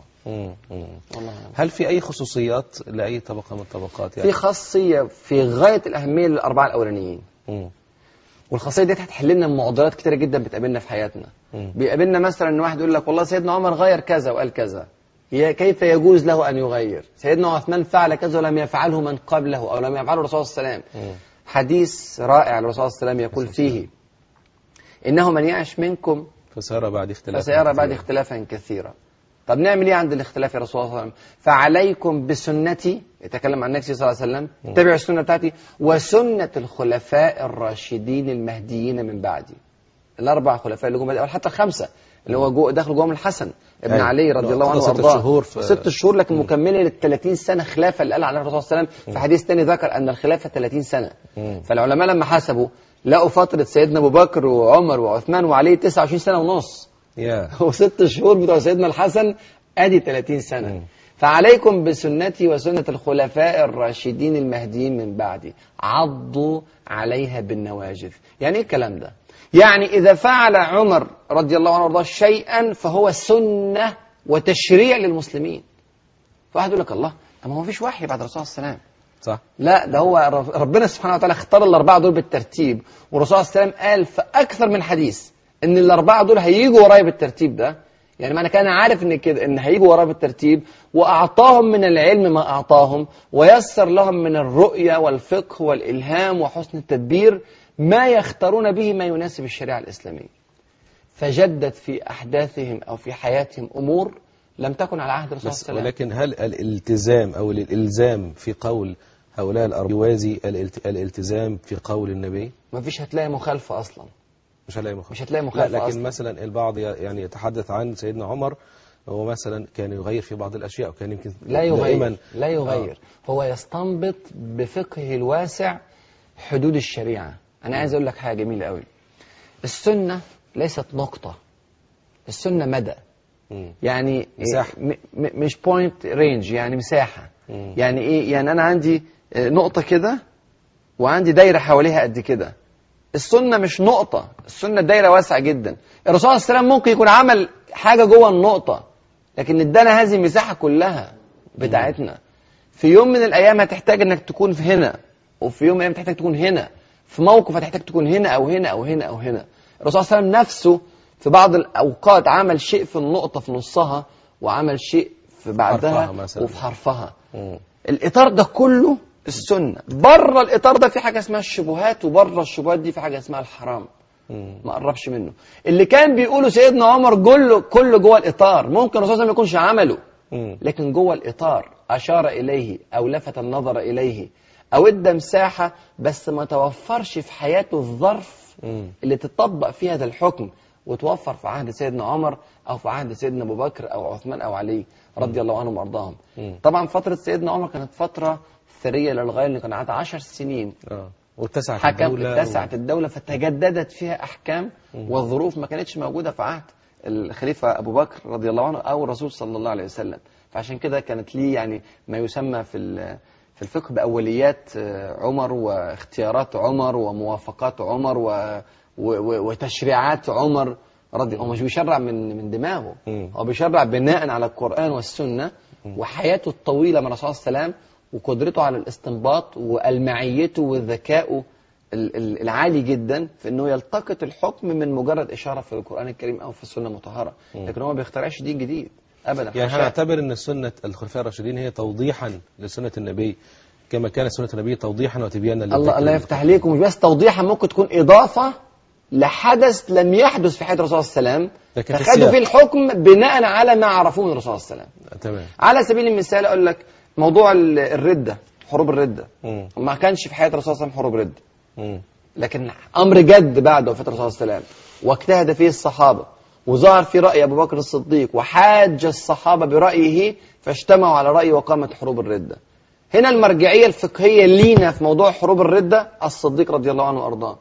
هل في أي خصوصيات لأي طبقة من الطبقات؟ يعني في خاصية في غاية الأهمية للأربعة الأولانيين، والخاصية دي هتحل لنا معضلات كتيرة جدا بتقابلنا في حياتنا. بيقابلنا مثلا ان واحد يقول لك والله سيدنا عمر غير كذا وقال كذا، كيف يجوز له أن يغير؟ سيدنا عثمان فعل كذا ولم يفعله من قبله أو لم يفعله الرسول صلى الله عليه وسلم. حديث رائع الرسول صلى الله عليه وسلم يقول فيه إنه من يعش منكم فسيرى بعد اختلافا كثيرا. طب نعمل ايه عند الاختلاف يا رسول الله صلى الله عليه وسلم؟ فعليكم بسنتي، يتكلم عن نفسه صلى الله عليه وسلم، اتبعوا السنة بتاعتي وسنة الخلفاء الراشدين المهديين من بعدي. الأربع خلفاء اللي جم أو حتى الخمسة اللي هو دخلوا جوهم الحسن ابن علي رضي الله عنه وارضاه 6 شهور، لكن مكمله لل 30 سنه خلافه اللي قال عليها الرسول صلى الله عليه وسلم. في حديث ثاني ذكر ان الخلافه 30 سنه. فالعلماء لما حسبوا لقوا فتره سيدنا ابو بكر وعمر وعثمان وعلي 29 سنه ونص، و6 شهور بتوع سيدنا الحسن ادي 30 سنه. فعليكم بسنتي وسنه الخلفاء الراشدين المهديين من بعدي، عضوا عليها بالنواجذ. يعني ايه الكلام ده؟ يعني إذا فعل عمر رضي الله عنه وارضاه شيئا فهو سنة وتشريع للمسلمين. فواحد يقول لك الله، ما هو فيش وحي بعد الرسول صلى الله عليه وسلم. صح. لا، ده هو ربنا سبحانه وتعالى اختار الأربعة دول بالترتيب، والرسول صلى الله عليه وسلم قال في أكثر من حديث إن الأربعة دول هيجوا ورايا بالترتيب ده. يعني معنى كان عارف إن كده إن هيجوا ورايا بالترتيب، وأعطاهم من العلم ما أعطاهم، ويسر لهم من الرؤية والفقه والإلهام وحسن التدبير ما يختارون به ما يناسب الشريعة الإسلامية. فجدت في أحداثهم أو في حياتهم أمور لم تكن على عهد الرسول صلى الله عليه وسلم. ولكن هل الالتزام أو الإلزام في قول هؤلاء الأربعة يوازي الالتزام في قول النبي؟ ما فيش، هتلاقي مخالفة أصلا. مش هلاقي مش هتلاقي مخالفة لا، لكن أصلاً. مثلا البعض يعني يتحدث عن سيدنا عمر، هو مثلا كان يغير في بعض الأشياء، وكان يمكن لا يغير، دائما لا يغير. هو يستنبط بفقهه الواسع حدود الشريعة. أنا عايز أقول لك حاجة جميلة قوي. السنة ليست نقطة، السنة مدى. يعني مساحة. مش بوينت رينج، يعني مساحة. يعني إيه؟ يعني أنا عندي نقطة كده وعندي دايرة حواليها قد كده. السنة مش نقطة، السنة دايرة واسعة جدا. الرسول صلى الله عليه وسلم ممكن يكون عمل حاجة جوه النقطة، لكن ادانا هذه المساحة كلها بتاعتنا. في يوم من الأيام هتحتاج انك تكون في هنا، وفي يوم من الأيام تحتاج تكون هنا، في موقف هتحتاج تكون هنا أو هنا أو هنا أو هنا. الرسول صلى الله عليه وسلم نفسه في بعض الأوقات عمل شيء في النقطة في نصها، وعمل شيء في بعدها وفي حرفها. الإطار ده كله السنة. بره الإطار ده في حاجة اسمها الشبهات، وبره الشبهات دي في حاجة اسمها الحرام. ما قربش منه. اللي كان بيقوله سيدنا عمر كله جوه الإطار. ممكن الرسول ما يكونش عمله، لكن جوه الإطار أشار إليه أو لفت النظر إليه أو ادى مساحة، بس ما توفرش في حياته الظرف اللي تطبق فيه هذا الحكم، وتوفر في عهد سيدنا عمر أو في عهد سيدنا أبو بكر أو عثمان أو علي رضي الله عنهم وأرضاهم. طبعا فترة سيدنا عمر كانت فترة ثرية للغاية، اللي كان قعد 10 سنين اتسعت الدولة فتجددت فيها أحكام والظروف ما كانتش موجودة في عهد الخليفة أبو بكر رضي الله عنه أو الرسول صلى الله عليه وسلم. فعشان كده كانت ليه يعني ما يسمى في الفقه بأوليات عمر، واختيارات عمر، وموافقات عمر، وتشريعات عمر رضي. هو مش بيشرع من دماغه، هو بيشرع بناء على القرآن والسنة وحياته الطويلة من الرسول صلى الله عليه وسلم، وقدرته على الاستنباط، والمعيته وذكائه العالي جدا في انه يلتقط الحكم من مجرد اشاره في القران الكريم او في السنه المطهره. لكن هو ما بيخترعش دين جديد ابدا. يعني هنعتبر ان سنه الخلفاء الراشدين هي توضيحا لسنه النبي، كما كانت سنه النبي توضيحا وتبيانا للذكر. الله يفتح عليكم. مش بس توضيحا، ممكن تكون اضافه لحدث لم يحدث في حياه الرسول صلى الله عليه وسلم، فخدوا فيه الحكم بناء على ما عرفوه من الرسول صلى الله عليه وسلم. تمام. على سبيل المثال اقول لك موضوع الرده، حروب الرده. ما كانش في حياه الرسول صلى الله عليه وسلم حروب رده، لكن أمر جد بعد وفاة الرسول صلى الله عليه وسلم، واجتهد فيه الصحابة، وظهر في رأي أبو بكر الصديق، وحاج الصحابة برأيه، فاجتمعوا على رأيه وقامت حروب الردة. هنا المرجعية الفقهية لينا في موضوع حروب الردة الصديق رضي الله عنه وأرضاه.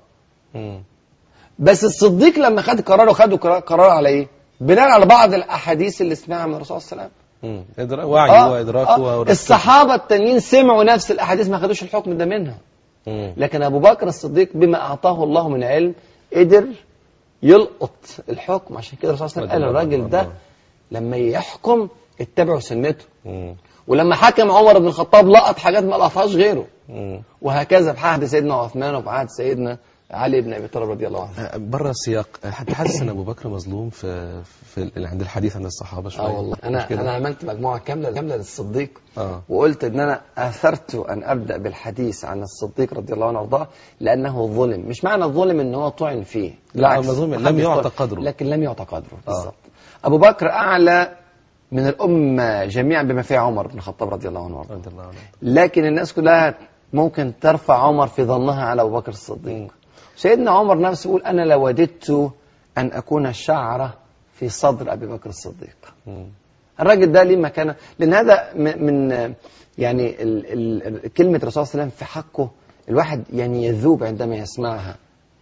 بس الصديق لما خد قراره، خدوا قرار على إيه؟ بناء على بعض الأحاديث اللي سمعها من الرسول صلى الله عليه وسلم. وعي وإدراكه. الصحابة التانيين سمعوا نفس الأحاديث، ما خدوش الحكم ده منها. لكن أبو بكر الصديق بما أعطاه الله من علم قدر يلقط الحكم. عشان كده الرسول صلى الله عليه وسلم قال الراجل ده لما يحكم اتبعوا سنته. ولما حكم عمر بن الخطاب لقط حاجات ما لقطهاش غيره. وهكذا في عهد سيدنا عثمان وفي عهد سيدنا علي بن ابي طالب رضي الله عنه. بره السياق، حد حاسس ان ابو بكر مظلوم في عند الحديث عن الصحابه شويه؟ والله انا عملت مجموعه كامله للصديق. وقلت ان انا اثرت ان ابدا بالحديث عن الصديق رضي الله عنه وارضاه لانه ظلم. مش معنى الظلم ان هو طعن فيه، لا، لم يعطى قدره، لكن لم يعطى قدره بالظبط. ابو بكر اعلى من الامه جميعا بما فيها عمر بن الخطاب رضي الله عنه وارضاه، لكن الناس كلها ممكن ترفع عمر في ظنها على ابو بكر الصديق. سيدنا عمر نفسه يقول أنا لوددت أن أكون الشعرة في صدر أبي بكر الصديق. الراجل ده ليه مكانة، لأن هذا من يعني كلمة الرسول صلى الله عليه وسلم في حقه الواحد يعني يذوب عندما يسمعها،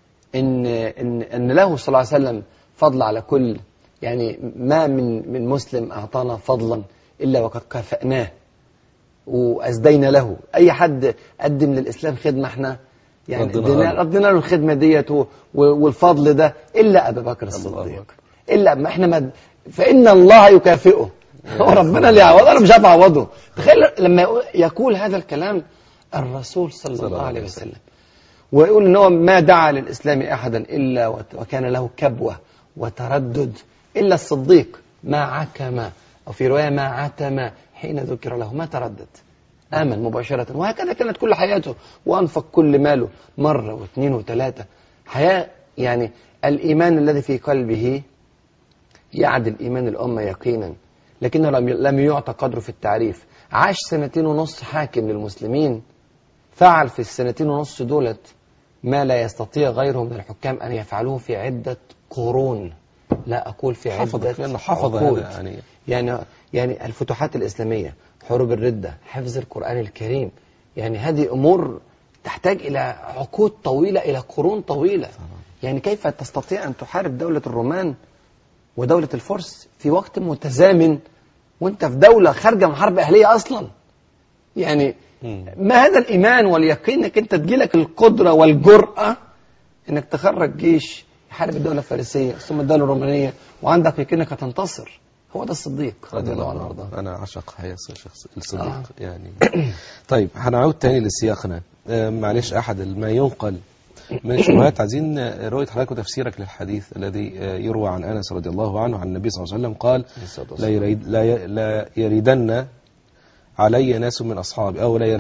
إن له صلى الله عليه وسلم فضل على كل، يعني ما من مسلم أعطانا فضلا إلا وقد كافأناه وأزدينا له. أي حد قدم للإسلام خدمة احنا يعني ردنا له الخدمة ديت والفضل ده، إلا أبا بكر الصديق. إلا ما احنا فإن الله يكافئه. هو ربنا اللي يعوضه، أنا مش هعوضه. تخيل لما يقول هذا الكلام الرسول صلى الله عليه وسلم، ويقول إن هو ما دعا للإسلام أحدا إلا وكان له كبوة وتردد إلا الصديق، ما عكم، أو في رواية ما عتم حين ذكر له، ما تردد، آمن مباشرة. وهكذا كانت كل حياته، وأنفق كل ماله مرة واثنين وثلاثة. حياة يعني الإيمان الذي في قلبه يعدل إيمان الأمة يقينا، لكنه لم يعطى قدره في التعريف. عاش 2.5 سنين حاكم للمسلمين، فعل في 2.5 سنين دولت ما لا يستطيع غيره من الحكام أن يفعلوه في عدة قرون، لا أقول في عدة حفظ عقود. هذا يعني الفتوحات الإسلامية، حروب الردة، حفظ القرآن الكريم، يعني هذه أمور تحتاج إلى عقود طويلة، إلى قرون طويلة. يعني كيف تستطيع أن تحارب دولة الرومان ودولة الفرس في وقت متزامن وانت في دولة خارجة من حرب أهلية أصلا؟ يعني ما هذا الإيمان واليقين انك انت تجيلك القدرة والجرأة انك تخرج جيش يحارب الدولة الفارسية ثم الدولة الرومانية وعندك يقين انك هتنتصر؟ هو ده الصديق رضي الله عنه وارضاه. أنا عشق حياة الصديق يعني. طيب هنعود تاني لسياقنا. معلش، أحد ما ينقل من الشبهات، عايزين رؤية حضرتك وتفسيرك للحديث الذي يروى عن أنس رضي الله عنه عن النبي صلى الله عليه وسلم قال: لا يردن علي ناس من أصحابي، أو لا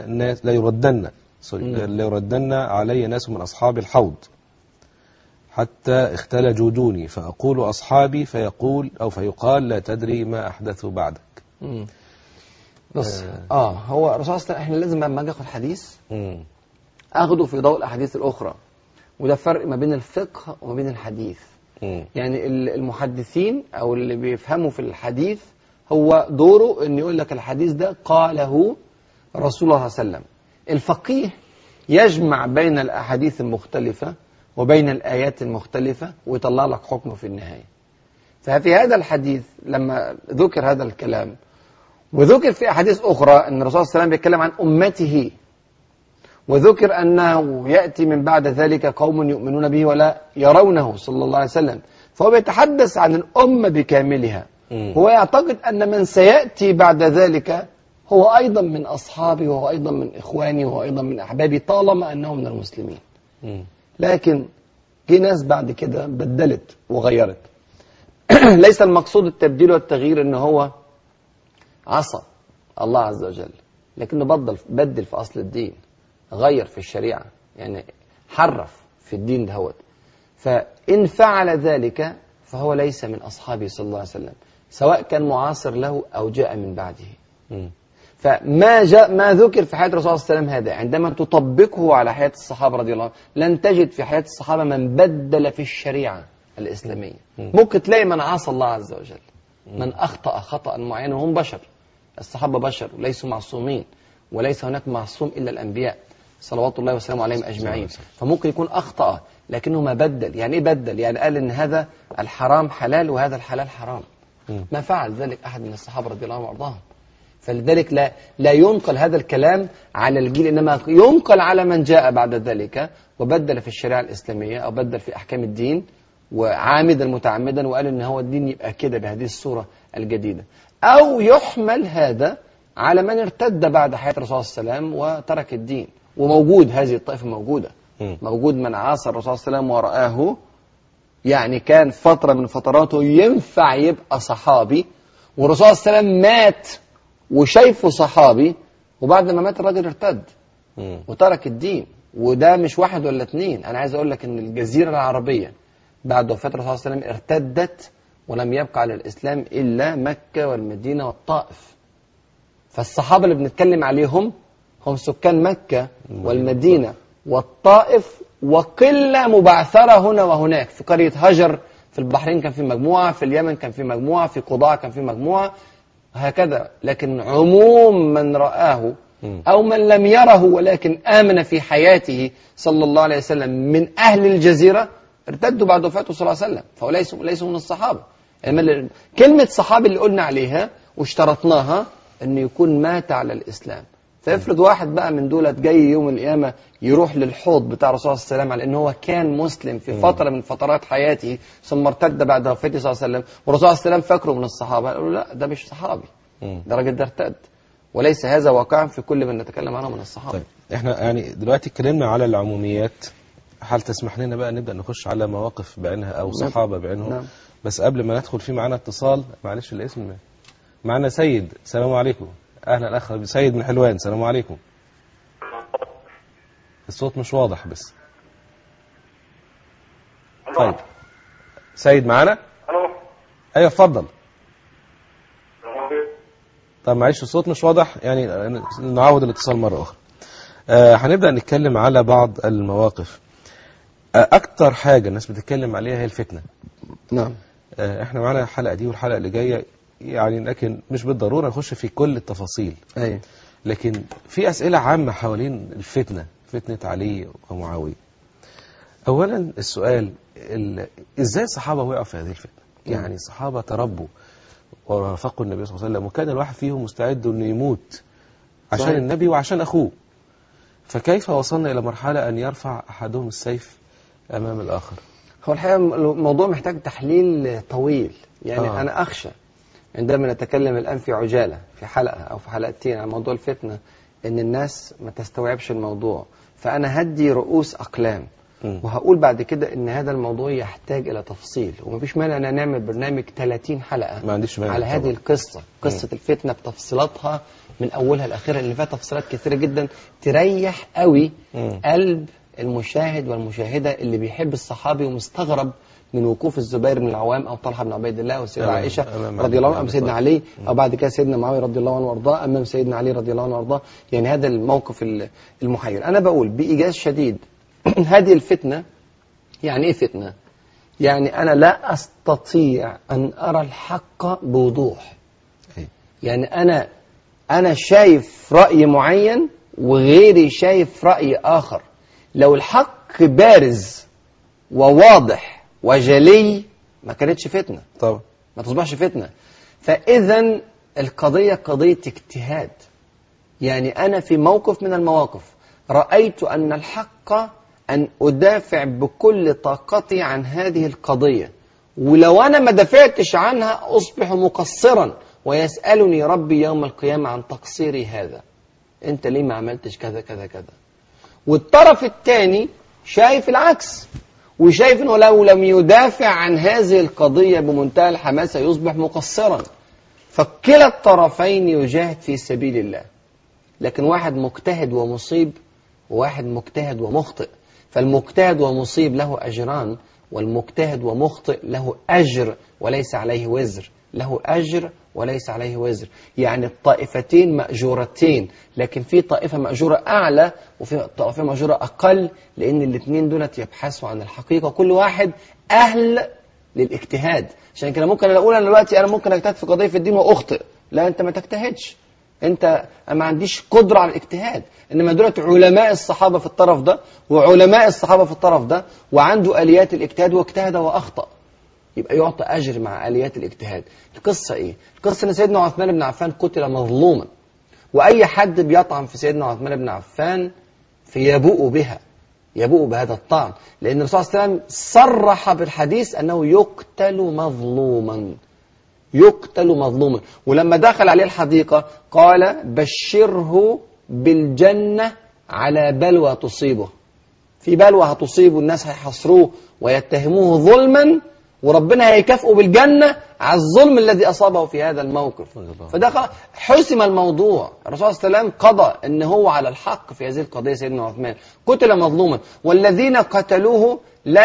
يردن علي ناس من أصحاب الحوض حتى اختلجوا دوني فأقول أصحابي فيقال لا تدري ما أحدثوا بعدك. بص هو الرسول صلى الله عليه وسلم، احنا لازم لما اجي اخد حديث اخده في ضوء الاحاديث الاخرى، وده فرق ما بين الفقه وما بين الحديث. يعني المحدثين او اللي بيفهموا في الحديث هو دوره ان يقول لك الحديث ده قاله رسول الله صلى الله عليه وسلم. الفقيه يجمع بين الاحاديث المختلفة وبين الآيات المختلفة ويطلع لك حكمه في النهاية. ففي هذا الحديث لما ذكر هذا الكلام، وذكر في أحاديث أخرى أن الرسول صلى الله عليه وسلم بيتكلم عن أمته، وذكر أنه يأتي من بعد ذلك قوم يؤمنون به ولا يرونه صلى الله عليه وسلم، فهو بيتحدث عن الأمة بكاملها. هو يعتقد أن من سيأتي بعد ذلك هو أيضا من أصحابي، وهو أيضا من إخواني، وهو أيضا من أحبابي، طالما أنه من المسلمين. لكن جه ناس بعد كده بدلت وغيرت. ليس المقصود التبديل والتغيير ان هو عصى الله عز وجل، لكنه بدل في اصل الدين، غير في الشريعة، يعني حرف في الدين دهوت. فإن فعل ذلك فهو ليس من أصحابه صلى الله عليه وسلم، سواء كان معاصر له أو جاء من بعده. ما ذكر في حياة الرسول صلى الله عليه وسلم هذا عندما تطبقه على حياة الصحابة رضي الله عنهم لن تجد في حياة الصحابة من بدل في الشريعة الإسلامية. ممكن تلاقي من عصى الله عز وجل، من أخطأ خطأ معين، وهم بشر، الصحابة بشر وليسوا معصومين، وليس هناك معصوم إلا الأنبياء صلوات الله وسلامه عليهم أجمعين. فممكن يكون أخطأ لكنه ما بدل. يعني إيه بدل؟ يعني قال إن هذا الحرام حلال وهذا الحلال حرام. ما فعل ذلك أحد من الصحابة رضي الله عنهم وأرضاهم. فلذلك لا ينقل هذا الكلام على الجيل، إنما ينقل على من جاء بعد ذلك وبدل في الشريعة الإسلامية أو بدل في أحكام الدين وعامدا متعمدا وقال إن هو الدين يبقى كده بهذه الصورة الجديدة. أو يحمل هذا على من ارتد بعد حياة الرسول صلى الله عليه وسلم وترك الدين. وموجود هذه الطائفة موجودة، موجود من عاصر الرسول صلى الله عليه وسلم ورآه، يعني كان فترة من فتراته ينفع يبقى صحابي، والرسول صلى الله عليه وسلم مات وشايفه صحابي، وبعد ما مات الراجل ارتد وترك الدين. وده مش واحد ولا اتنين، أنا عايز أقول لك إن الجزيرة العربية بعد وفاة الرسول صلى الله عليه وسلم ارتدت ولم يبقى على الإسلام إلا مكة والمدينة والطائف. فالصحابة اللي بنتكلم عليهم هم سكان مكة والمدينة والطائف، وقلة مبعثرة هنا وهناك. في قرية هجر في البحرين كان في مجموعة، في اليمن كان في مجموعة، في قضاء كان في مجموعة، هكذا. لكن عموم من رآه أو من لم يره ولكن آمن في حياته صلى الله عليه وسلم من أهل الجزيرة ارتدوا بعد وفاته صلى الله عليه وسلم، فهو ليسوا من الصحابة. كلمة صحابي اللي قلنا عليها واشترطناها أن يكون مات على الإسلام. فافرض واحد بقى من دولت جاي يوم القيامة يروح للحوض بتاع الرسول صلى الله عليه وسلم على أنه هو كان مسلم في فترة من فترات حياته ثم ارتد بعد وفاته صلى الله عليه وسلم، والرسول صلى الله عليه وسلم فاكره من الصحابة، قالوا لا ده مش صحابي، ده راجل ده ارتد. وليس هذا واقعا في كل من نتكلم عنه من الصحابة. طيب احنا يعني دلوقتي اتكلمنا على العموميات، هل تسمح لنا بقى نبدأ نخش على مواقف بعينها أو صحابة بعينهم؟ نعم. بس قبل ما ندخل في معنا اتصال، معلش الاسم معنا سيد. السلام عليكم. أهلا أخ سيد من حلوان. السلام عليكم. الصوت مش واضح بس. طيب سيد معنا؟ أيوة اتفضل. طب معلش الصوت مش واضح، يعني نعود الاتصال مرة أخرى. هنبدأ نتكلم على بعض المواقف. أكتر حاجة الناس بتتكلم عليها هي الفتنة. نعم. احنا معانا الحلقة دي والحلقة اللي جاية، يعني لكن مش بالضرورة نخش في كل التفاصيل. أي. لكن في أسئلة عامة حوالين الفتنة، فتنة علي ومعاوية. أولا السؤال، إزاي الصحابة وقعوا في هذه الفتنة؟ يعني الصحابة تربوا ورافقوا النبي صلى الله عليه وسلم، وكان الواحد فيهم مستعد أنه يموت عشان صحيح. النبي وعشان أخوه. فكيف وصلنا إلى مرحلة أن يرفع أحدهم السيف أمام الآخر؟ هو الحقيقة الموضوع محتاج تحليل طويل. يعني أنا أخشى عندما نتكلم الآن في عجالة في حلقة أو في حلقتين عن موضوع الفتنة إن الناس ما تستوعبش الموضوع، فأنا هدي رؤوس أقلام وهقول بعد كده إن هذا الموضوع يحتاج إلى تفصيل، ومفيش مانع أن نعمل برنامج 30 حلقة ما عنديش مانع على هذه القصة، قصة الفتنة بتفصيلاتها من أولها لآخرها، اللي فيها تفصيلات كثيرة جدا تريح قوي قلب المشاهد والمشاهدة اللي بيحب الصحابي ومستغرب من وقوف الزبير بن العوام أو طلحة بن عبيد الله والسيدة عائشة رضي الله عنها أمام سيدنا علي، أو بعد كده سيدنا معاوية رضي الله عنه وارضاه أمام سيدنا علي رضي الله عنه وارضاه. يعني هذا الموقف المحير. أنا بقول بإيجاز شديد هذه الفتنة. يعني إيه فتنة؟ يعني أنا لا أستطيع أن أرى الحق بوضوح. يعني أنا شايف رأي معين وغيري شايف رأي آخر. لو الحق بارز وواضح وجلي ما كانتش فتنة، طبعا ما تصبحش فتنة. فإذا القضية قضية اجتهاد. يعني أنا في موقف من المواقف رأيت أن الحق أن أدافع بكل طاقتي عن هذه القضية، ولو أنا ما دافعتش عنها أصبح مقصرا ويسألني ربي يوم القيامة عن تقصيري هذا، أنت ليه ما عملتش كذا كذا كذا. والطرف الثاني شايف العكس، وشايف أنه لو لم يدافع عن هذه القضية بمنتهى الحماسة يصبح مقصرا. فكلا الطرفين يجاهد في سبيل الله، لكن واحد مجتهد ومصيب وواحد مجتهد ومخطئ. فالمجتهد ومصيب له أجران، والمجتهد ومخطئ له أجر وليس عليه وزر، له أجر وليس عليه وزر. يعني الطائفتين مأجورتين، لكن في طائفة مأجورة أعلى وفي طائفة مأجورة أقل، لأن الاثنين دولت يبحثوا عن الحقيقة، كل واحد أهل للاجتهاد. عشان كده ممكن أقول أنا دلوقتي أنا ممكن أجتهد في قضية في الدين وأخطئ، لا أنت ما تجتهدش، أنت ما عنديش قدرة على الاجتهاد. إنما دولت علماء الصحابة في الطرف ده وعلماء الصحابة في الطرف ده، وعنده آليات الاجتهاد واجتهد وأخطأ، يبقى يعطى أجر مع آليات الاجتهاد. القصة إيه؟ القصة إن سيدنا عثمان بن عفان قتل مظلوما، وأي حد بيطعن في سيدنا عثمان بن عفان فيبوء بها، يبوء بهذا الطعن، لأن الرسول صلى الله عليه وسلم صرح بالحديث أنه يقتل مظلوما، يقتل مظلوما. ولما دخل عليه الحديقة قال بشره بالجنة على بلوى تصيبه، في بلوى هتصيبه، الناس هيحصروه ويتهموه ظلما، وربنا هيكافئه بالجنة على الظلم الذي أصابه في هذا الموقف. فده حسم الموضوع. الرسول صلى الله عليه وسلم قضى أنه هو على الحق في هذه القضية. سيدنا عثمان قتل مظلوما، والذين قتلوه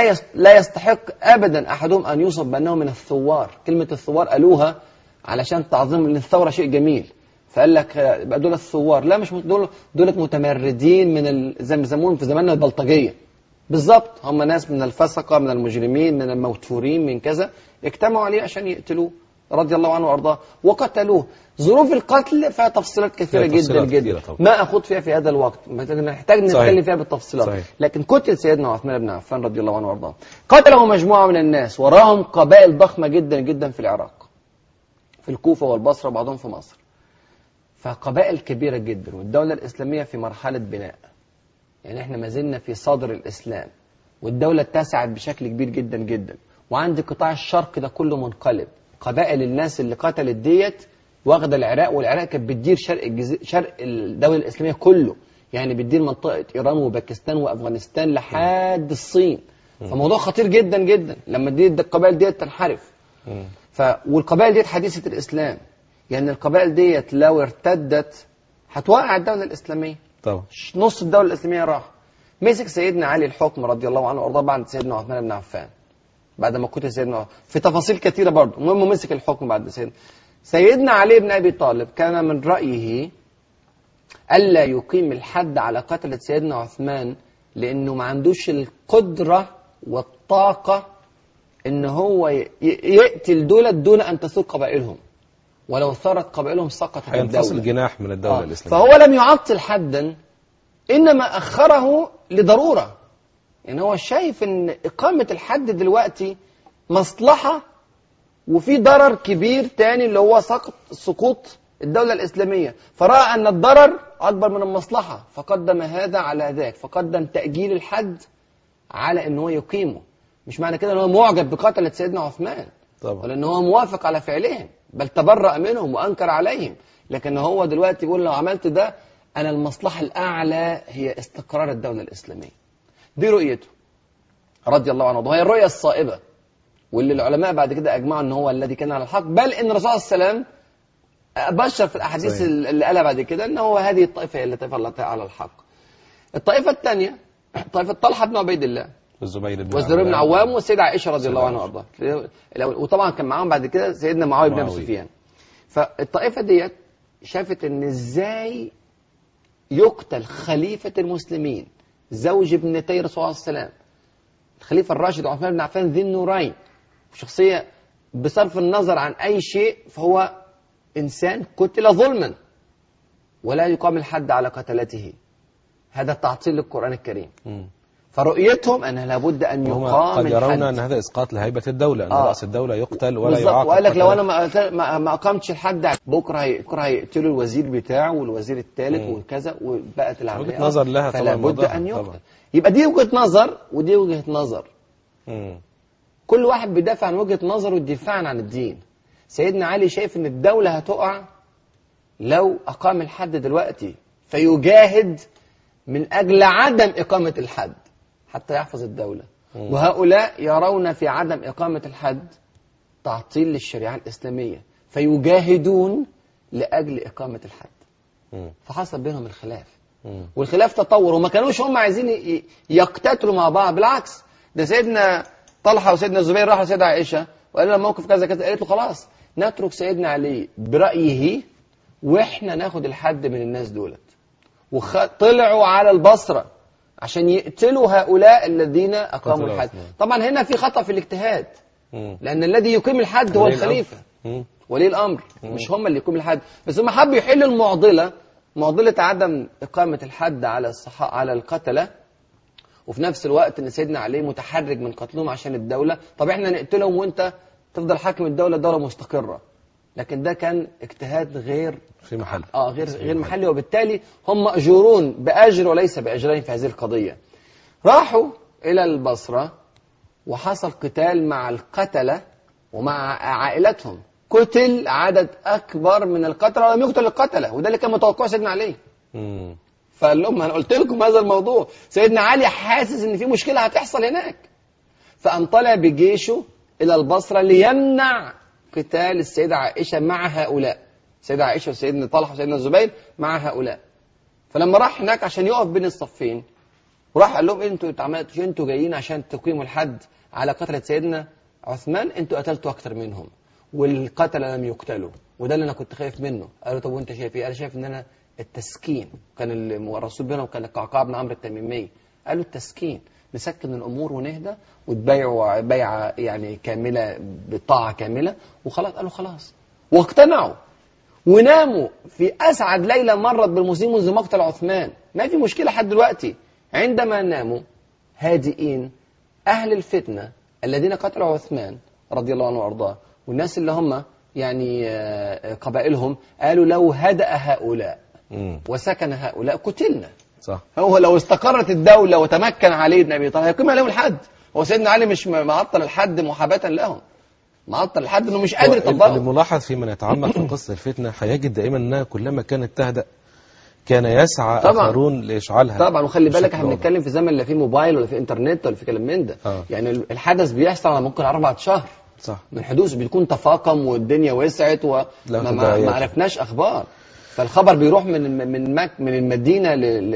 لا يستحق أبدا أحدهم أن يوصف بأنه من الثوار. كلمة الثوار قالوها علشان تعظيم، لأن الثورة شيء جميل، فقال لك بقى دول الثوار، لا مش دول متمردين من زي ما بيسموهم في زماننا البلطجية بالظبط. هم ناس من الفسقة، من المجرمين، من الموتورين، من كذا، اجتمعوا عليه عشان يقتلوه رضي الله عنه وارضاه وقتلوه. ظروف القتل فيها تفصيلات كثيرة جدا جدا ما أخوض فيها في هذا الوقت، نحتاج نتكلم فيها بالتفصيلات. صحيح. لكن قتل سيدنا عثمان بن عفان رضي الله عنه وارضاه، قتله مجموعة من الناس، وراهم قبائل ضخمة جدا جدا في العراق، في الكوفة والبصرة وبعضهم في مصر، فقبائل كبيرة جدا، والدولة الإسلامية في مرحلة بناء. يعني احنا ما زلنا في صدر الإسلام، والدولة اتسعت بشكل كبير جدا جدا، وعند قطاع الشرق ده كله منقلب. قبائل الناس اللي قتلت ديت واخدة العراق، والعراق كانت بتدير شرق الدولة الإسلامية كله، يعني بتدير منطقة إيران وباكستان وأفغانستان لحد الصين. فموضوع خطير جدا جدا لما دي القبائل ديت تنحرف. والقبائل ديت حديثة الإسلام، يعني القبائل ديت لو ارتدت هتوقع الدولة الإسلامية طبعا. نص الدولة الإسلامية راح. مسك سيدنا علي الحكم رضي الله عنه وارضاه بعد سيدنا عثمان بن عفان، بعد ما قتل سيدنا، في تفاصيل كثيرة برضه، المهم مسك الحكم بعد سيدنا علي بن أبي طالب. كان من رأيه ألا يقيم الحد على قتلة سيدنا عثمان لأنه ما عندوش القدرة والطاقة إن هو يقتل دون أن تثور قبائلهم، ولو ثارت قبائلهم سقطت الدولة، هينفصل جناح من الدولة الإسلامية. فهو لم يعطل حدا، إنما أخره لضرورة. يعني هو شايف إن إقامة الحد دلوقتي مصلحة وفي ضرر كبير تاني اللي هو سقوط الدولة الإسلامية، فرأى أن الضرر أكبر من المصلحة فقدم هذا على ذاك، فقدم تأجيل الحد على أنه يقيمه. مش معنى كده أنه معجب بقتلة سيدنا عثمان طبعا، ولا أنه موافق على فعلهم، بل تبرأ منهم وأنكر عليهم، لكن هو دلوقتي يقول لو عملت ده أنا المصلحة الأعلى هي استقرار الدولة الإسلامية. دي رؤيته رضي الله عنه، وهي الرؤية الصائبة واللي العلماء بعد كده أجمعوا أنه هو الذي كان على الحق، بل إن الرسول صلى الله عليه وسلم بشر في الأحاديث صحيح. اللي قالها بعد كده أنه هذه الطائفة هي التي على الحق. الطائفة الثانية طائفة طلحة بن عبيد الله والزبير بن عوام والسيدة عائشة رضي الله عنها وارضاها، وطبعا كان معاهم بعد كده سيدنا معاوية بن أبي سفيان. فالطائفة ديت شافت ان ازاي يقتل خليفة المسلمين زوج ابنتي رسول الله صلى الله عليه وسلم، الخليفة الراشد عثمان بن عفان ذي النورين، شخصية بصرف النظر عن أي شيء فهو إنسان قتل ظلما ولا يقام الحد على قتلته. هذا تعطيل للقرآن الكريم. فرؤيتهم أن لابد أن يقام قد يرون الحد. أن هذا إسقاط لهيبة الدولة، أن رأس الدولة يقتل ولا يعاقب. وقال لك لو أنا ما أقامتش الحد بكرة هيقتلوا الوزير بتاعه والوزير الثالث وكذا، وبقت العملية وجهة نظر لها طبعا، فلا بد أن يقتل. يبقى دي وجهة نظر ودي وجهة نظر. كل واحد بيدافع عن وجهة نظره دفاعا عن الدين. سيدنا علي شايف ان الدولة هتقع لو أقام الحد دلوقتي، فيجاهد من أجل عدم إقامة الحد حتى يحفظ الدولة. وهؤلاء يرون في عدم إقامة الحد تعطيل للشريعة الإسلامية، فيجاهدون لأجل إقامة الحد. فحصل بينهم الخلاف، والخلاف تطور، وما كانوش هم عايزين يقتتلوا مع بعض، بالعكس ده سيدنا طلحة وسيدنا الزبير راحوا لسيدة عائشة وقالوا لها موقف كذا كذا، قالت له خلاص نترك سيدنا علي برأيه واحنا ناخد الحد من الناس دولت. وطلعوا على البصرة عشان يقتلوا هؤلاء الذين أقاموا الحد. طبعا هنا في خطأ في الاجتهاد، لأن الذي يقيم الحد هو الخليفة ولي الأمر، مش هم اللي يقيم الحد، بس هم حبوا يحلوا معضلة عدم إقامة الحد على القتلة، وفي نفس الوقت ان سيدنا علي متحرج من قتلهم عشان الدولة. طب احنا نقتلهم وانت تفضل حاكم الدولة، دولة مستقرة. لكن ده كان اجتهاد غير في محل، غير محلي، وبالتالي هم مأجورون بأجر وليس بأجرين في هذه القضية. راحوا إلى البصرة وحصل قتال مع القتلة ومع عائلتهم، قتل عدد أكبر من القتلة ولم يقتل القتلة، وده اللي كان متوقع سيدنا علي. فقال لهم أنا قلت لكم هذا الموضوع. سيدنا علي حاسس ان في مشكلة هتحصل هناك، فقام طالع بجيشه إلى البصرة ليمنع قتال السيدة عائشة مع هؤلاء، السيدة عائشة وسيدنا طلحة وسيدنا الزبير مع هؤلاء. فلما راح هناك عشان يقف بين الصفين، وراح قال لهم انتوا جايين عشان تقيموا الحد على قتلة سيدنا عثمان، انتوا قتلتوا أكتر منهم والقتلة لم يقتلوا، وده اللي أنا كنت خايف منه. قالوا طب وانت شايف ايه؟ أنا شايف ان أنا التسكين. كان الرسول بينهم كان القعقاع بن عمرو التميمي، قالوا التسكين، نسكن الأمور ونهدى وتبيعوا بيعة يعني كاملة بطاعة كاملة وخلاص. قالوا خلاص، واقتنعوا وناموا في أسعد ليلة مرت بالمسلمين منذ مقتل عثمان. ما في مشكلة حد دلوقتي. عندما ناموا هادئين أهل الفتنة الذين قتلوا عثمان رضي الله عنه وأرضاه، والناس اللي هم يعني قبائلهم، قالوا لو هدأ هؤلاء وسكن هؤلاء قتلنا. صح. هو لو استقرت الدولة وتمكن علي بن أبي طالب هيقيم عليهم الحد. هو سيدنا علي مش معطل الحد محاباة لهم، معطل الحد انه مش قادر يطبقه. الملاحظ في من يتعمق في قصة الفتنة هيجد دائما انها كلما كانت تهدأ كان يسعى آخرون لإشعالها. طبعا، وخلي بالك احنا بنتكلم في زمن لا في موبايل ولا في انترنت ولا في كلام من ده. يعني الحدث بيحصل على ممكن 4 شهر. صح. من حدوث بيكون تفاقم والدنيا وسعت وما عرفناش أخبار. فالخبر بيروح من المدينة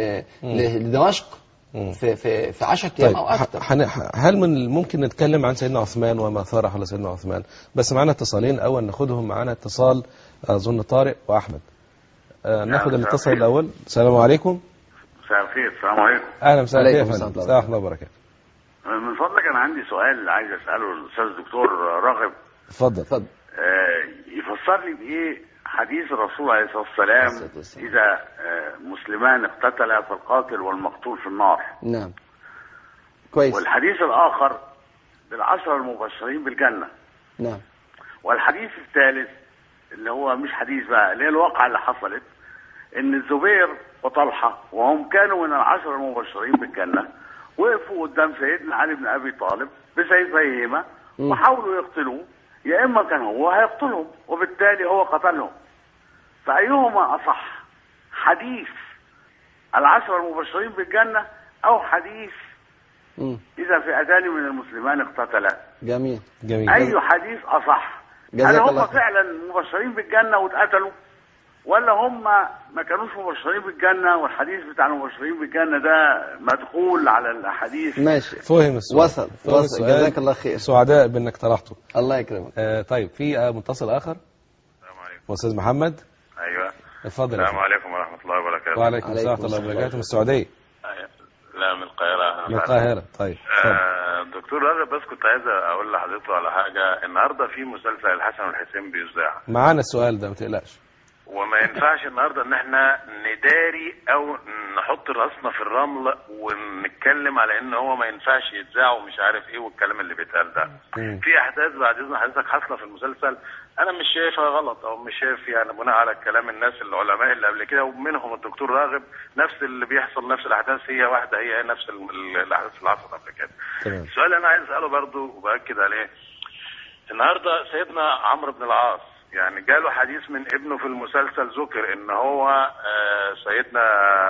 لدمشق في 10 أيام أو أكثر. هل من ممكن نتكلم عن سيدنا عثمان وما ثار على سيدنا عثمان؟ بس معنا اتصالين، أول ناخدهم. معنا اتصال أظن طارق وأحمد. ناخد الاتصال الأول. السلام عليكم. مساء الخير. السلام عليكم. أهلا وسهلا عليكم بك يا فندم. ورحمة الله وبركاته. من فضلك أنا عندي سؤال عايز أسأله للأستاذ الدكتور راغب. اتفضل. يفسر لي بإيه حديث الرسول عليه الصلاة والسلام إذا مسلمان اقتتلا فالقاتل والمقتول في النار. نعم كويس. والحديث الآخر بالعشرة المبشرين بالجنة. نعم. والحديث الثالث اللي هو مش حديث بقى، اللي هي الواقعة اللي حصلت، إن الزبير وطلحة وهم كانوا من العشرة المبشرين بالجنة وقفوا قدام سيدنا علي بن أبي طالب بسيفيهما وحاولوا يقتلوه، يا إما كان هو هيقتلهم وبالتالي هو قتلهم. فأيهما أصح، حديث العشرة المبشرين بالجنة أو حديث إذا فئتان من المسلمان اقتتلا؟ جميل. أي حديث أصح؟ هل هم فعلا مبشرين بالجنة واتقتلوا، ولا هم ما كانوش مبشرين بالجنة والحديث بتاع المبشرين بالجنة ده مدخول على الأحاديث؟ ماشي، فهم السؤال. وصل جزاك الله خير. سعداء بأنك طرحته. الله يكرمك. طيب في متصل آخر. السلام عليكم. أستاذ محمد. أيوة. اتفضل. السلام عليكم ورحمة الله وبركاته. وعليكم السلام ورحمة الله وبركاته. من السعودية. لا من القاهرة. من القاهرة. طيب. دكتور راغب، بس كنت عايز أقول لحضرتك على حاجة. النهاردة في مسلسل الحسن والحسين بيذاع. معانا السؤال ده ما تقلقش. وما ينفعش النهارده ان احنا نداري او نحط راسنا في الرمل ونتكلم على ان هو ما ينفعش يتذاع ومش عارف ايه والكلام اللي بيتقال ده. في احداث بعد اذن حضرتك حاصله في المسلسل انا مش شايفها غلط، او مش شايف يعني بناء على كلام الناس العلماء اللي قبل كده ومنهم الدكتور راغب، نفس اللي بيحصل، نفس الاحداث هي واحده، هي نفس الاحداث اللي حصلت قبل كده. السؤال اللي انا عايز اساله برضه وباكد عليه، النهارده سيدنا عمرو بن العاص يعني جاله حديث من ابنه في المسلسل ذكر ان هو سيدنا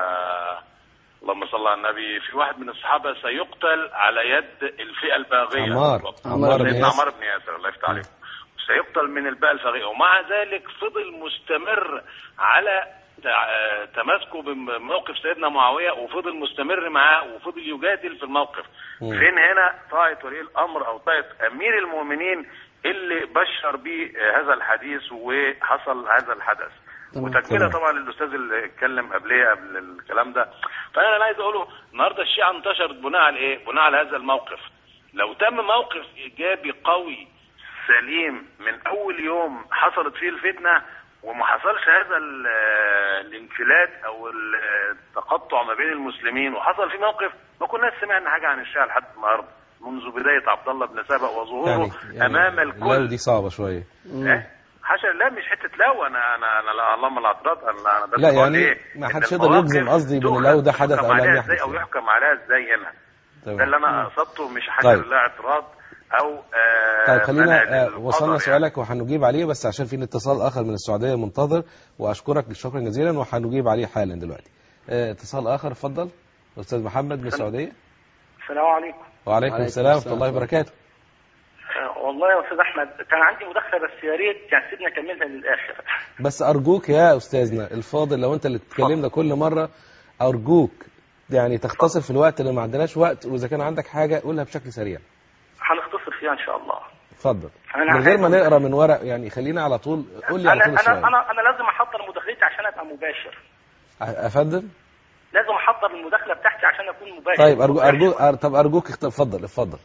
اللهم صل على النبي في واحد من الصحابه سيقتل على يد الفئه الباغيه. عمار بن ياسر الله يفتح عليه. سيقتل من الفئه الباغيه، ومع ذلك فضل مستمر على تماسكه بموقف سيدنا معاويه وفضل مستمر معاه وفضل يجادل في الموقف. فين هنا طاعه ولي الامر او طاعه امير المؤمنين اللي بشر به هذا الحديث وحصل هذا الحدث؟ وتكمله طبعا للاستاذ اللي اتكلم قبل الكلام ده. فانا عايز اقوله النهارده الشيعه انتشرت بناء على ايه؟ بناء على هذا الموقف. لو تم موقف ايجابي قوي سليم من اول يوم حصلت فيه الفتنه وما حصلش هذا الانفلات او التقطع ما بين المسلمين وحصل في موقف، ما كناش سمعنا حاجه عن الشيعه لحد النهارده منذ بدايه عبد الله بن سبأ وظهوره يعني امام الكل. دي صعبه شويه. حاشا، لا مش حته لو انا اللهم لا اعتراض، انا بس لا يعني ما حدش يقدر يجزم قصدي بان لو ده حدث او لم يحدث او يحكم عليها ازاي هنا. ده اللي انا قصدته، مش حاجه لا اعتراض او طيب خلينا وصلنا سؤالك وهنجيب عليه، بس عشان في اتصال اخر من السعوديه منتظر، واشكرك شكرا جزيلا وهنجيب عليه حالا دلوقتي. اتصال اخر، اتفضل استاذ محمد من السعوديه. السلام عليكم. وعليكم السلام ورحمه الله وبركاته. والله يا استاذ احمد كان عندي مداخله بس يا ريت يعني سيبنا نكملها للاخر. بس ارجوك يا استاذنا الفاضل، لو انت اللي بتتكلمنا كل مره ارجوك يعني تختصر في الوقت اللي ما عندناش وقت، واذا كان عندك حاجه قولها بشكل سريع. هنختصر فيها ان شاء الله. اتفضل من غير ما نقرا من ورق، يعني خلينا على طول. قول لي على طول السؤال. انا لازم احضر مداخلتي عشان ابقى مباشر. افندم لازم احضر المداخله بتاعتي عشان اكون مباشر. طيب ارجوك اتفضل.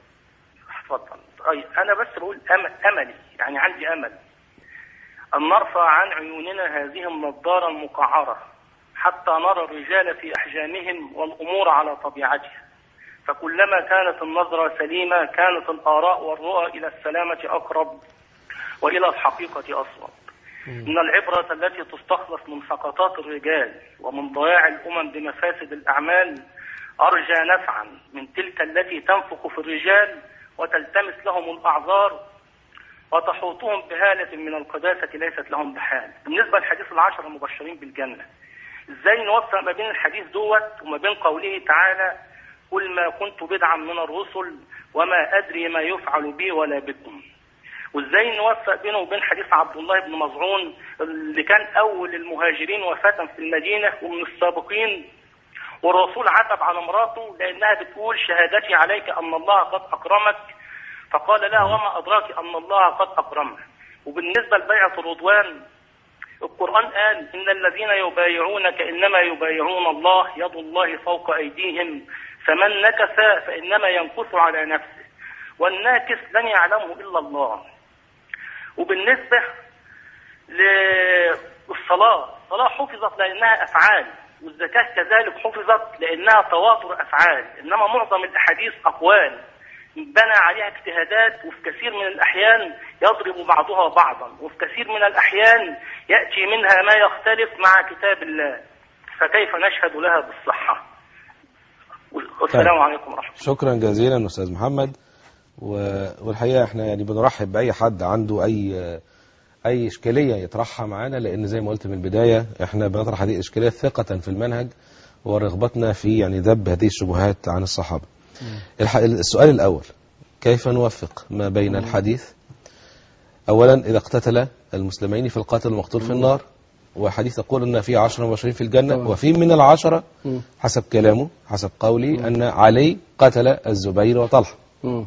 طيب انا بس بقول املي، يعني عندي امل ان نرفع عن عيوننا هذه النظاره المقعره حتى نرى الرجال في احجامهم والامور على طبيعتها. فكلما كانت النظرة سليمة كانت الآراء والرؤى إلى السلامة أقرب وإلى الحقيقة أصوب. إن العبرة التي تستخلص من سقطات الرجال ومن ضياع الأمم بمفاسد الأعمال أرجى نفعا من تلك التي تنفخ في الرجال وتلتمس لهم الأعذار وتحوطهم بهالة من القداسة ليست لهم بحال. بالنسبة لحديث العشر المبشرين بالجنة، إزاي نوفق ما بين الحديث دوت وما بين قوله تعالى قل ما كنت بدعا من الرسل وما أدري ما يفعل بي ولا بكم؟ وإزاي نوفق بينه وبين حديث عبد الله بن مظعون اللي كان أول المهاجرين وفاة في المدينة ومن السابقين، والرسول عتب على امراته لأنها بتقول شهادتي عليك أن الله قد أكرمك، فقال لها وما أدراك أن الله قد أكرمك. وبالنسبة لبيعة الرضوان القرآن قال إن الذين يبايعونك إنما يبايعون الله يد الله فوق أيديهم فمن نكث فإنما ينكث على نفسه والناكث لن يعلمه إلا الله. وبالنسبة للصلاة، الصلاة حفظت لأنها أفعال، والزكاة كذلك حفظت لأنها تواتر أفعال، إنما معظم الأحاديث أقوال بنى عليها اجتهادات، وفي كثير من الأحيان يضرب بعضها بعضا، وفي كثير من الأحيان يأتي منها ما يختلف مع كتاب الله، فكيف نشهد لها بالصحة؟ والسلام عليكم ورحمة الله. شكرا جزيلا أستاذ محمد. والحقيقة احنا يعني بنرحب بأي حد عنده أي إشكالية يطرحها معانا، لأن زي ما قلت من البداية احنا بنطرح هذه الإشكالية ثقة في المنهج ورغبتنا في يعني ذب هذه الشبهات عن الصحابة. السؤال الأول: كيف نوفق ما بين الحديث أولا إذا اقتتل المسلمين فالقاتل المقتول في النار، وحديث يقول أن في 10 مبشرين في الجنة، وفي من ال10 حسب كلامه حسب قولي أن علي قتل الزبير وطلحة.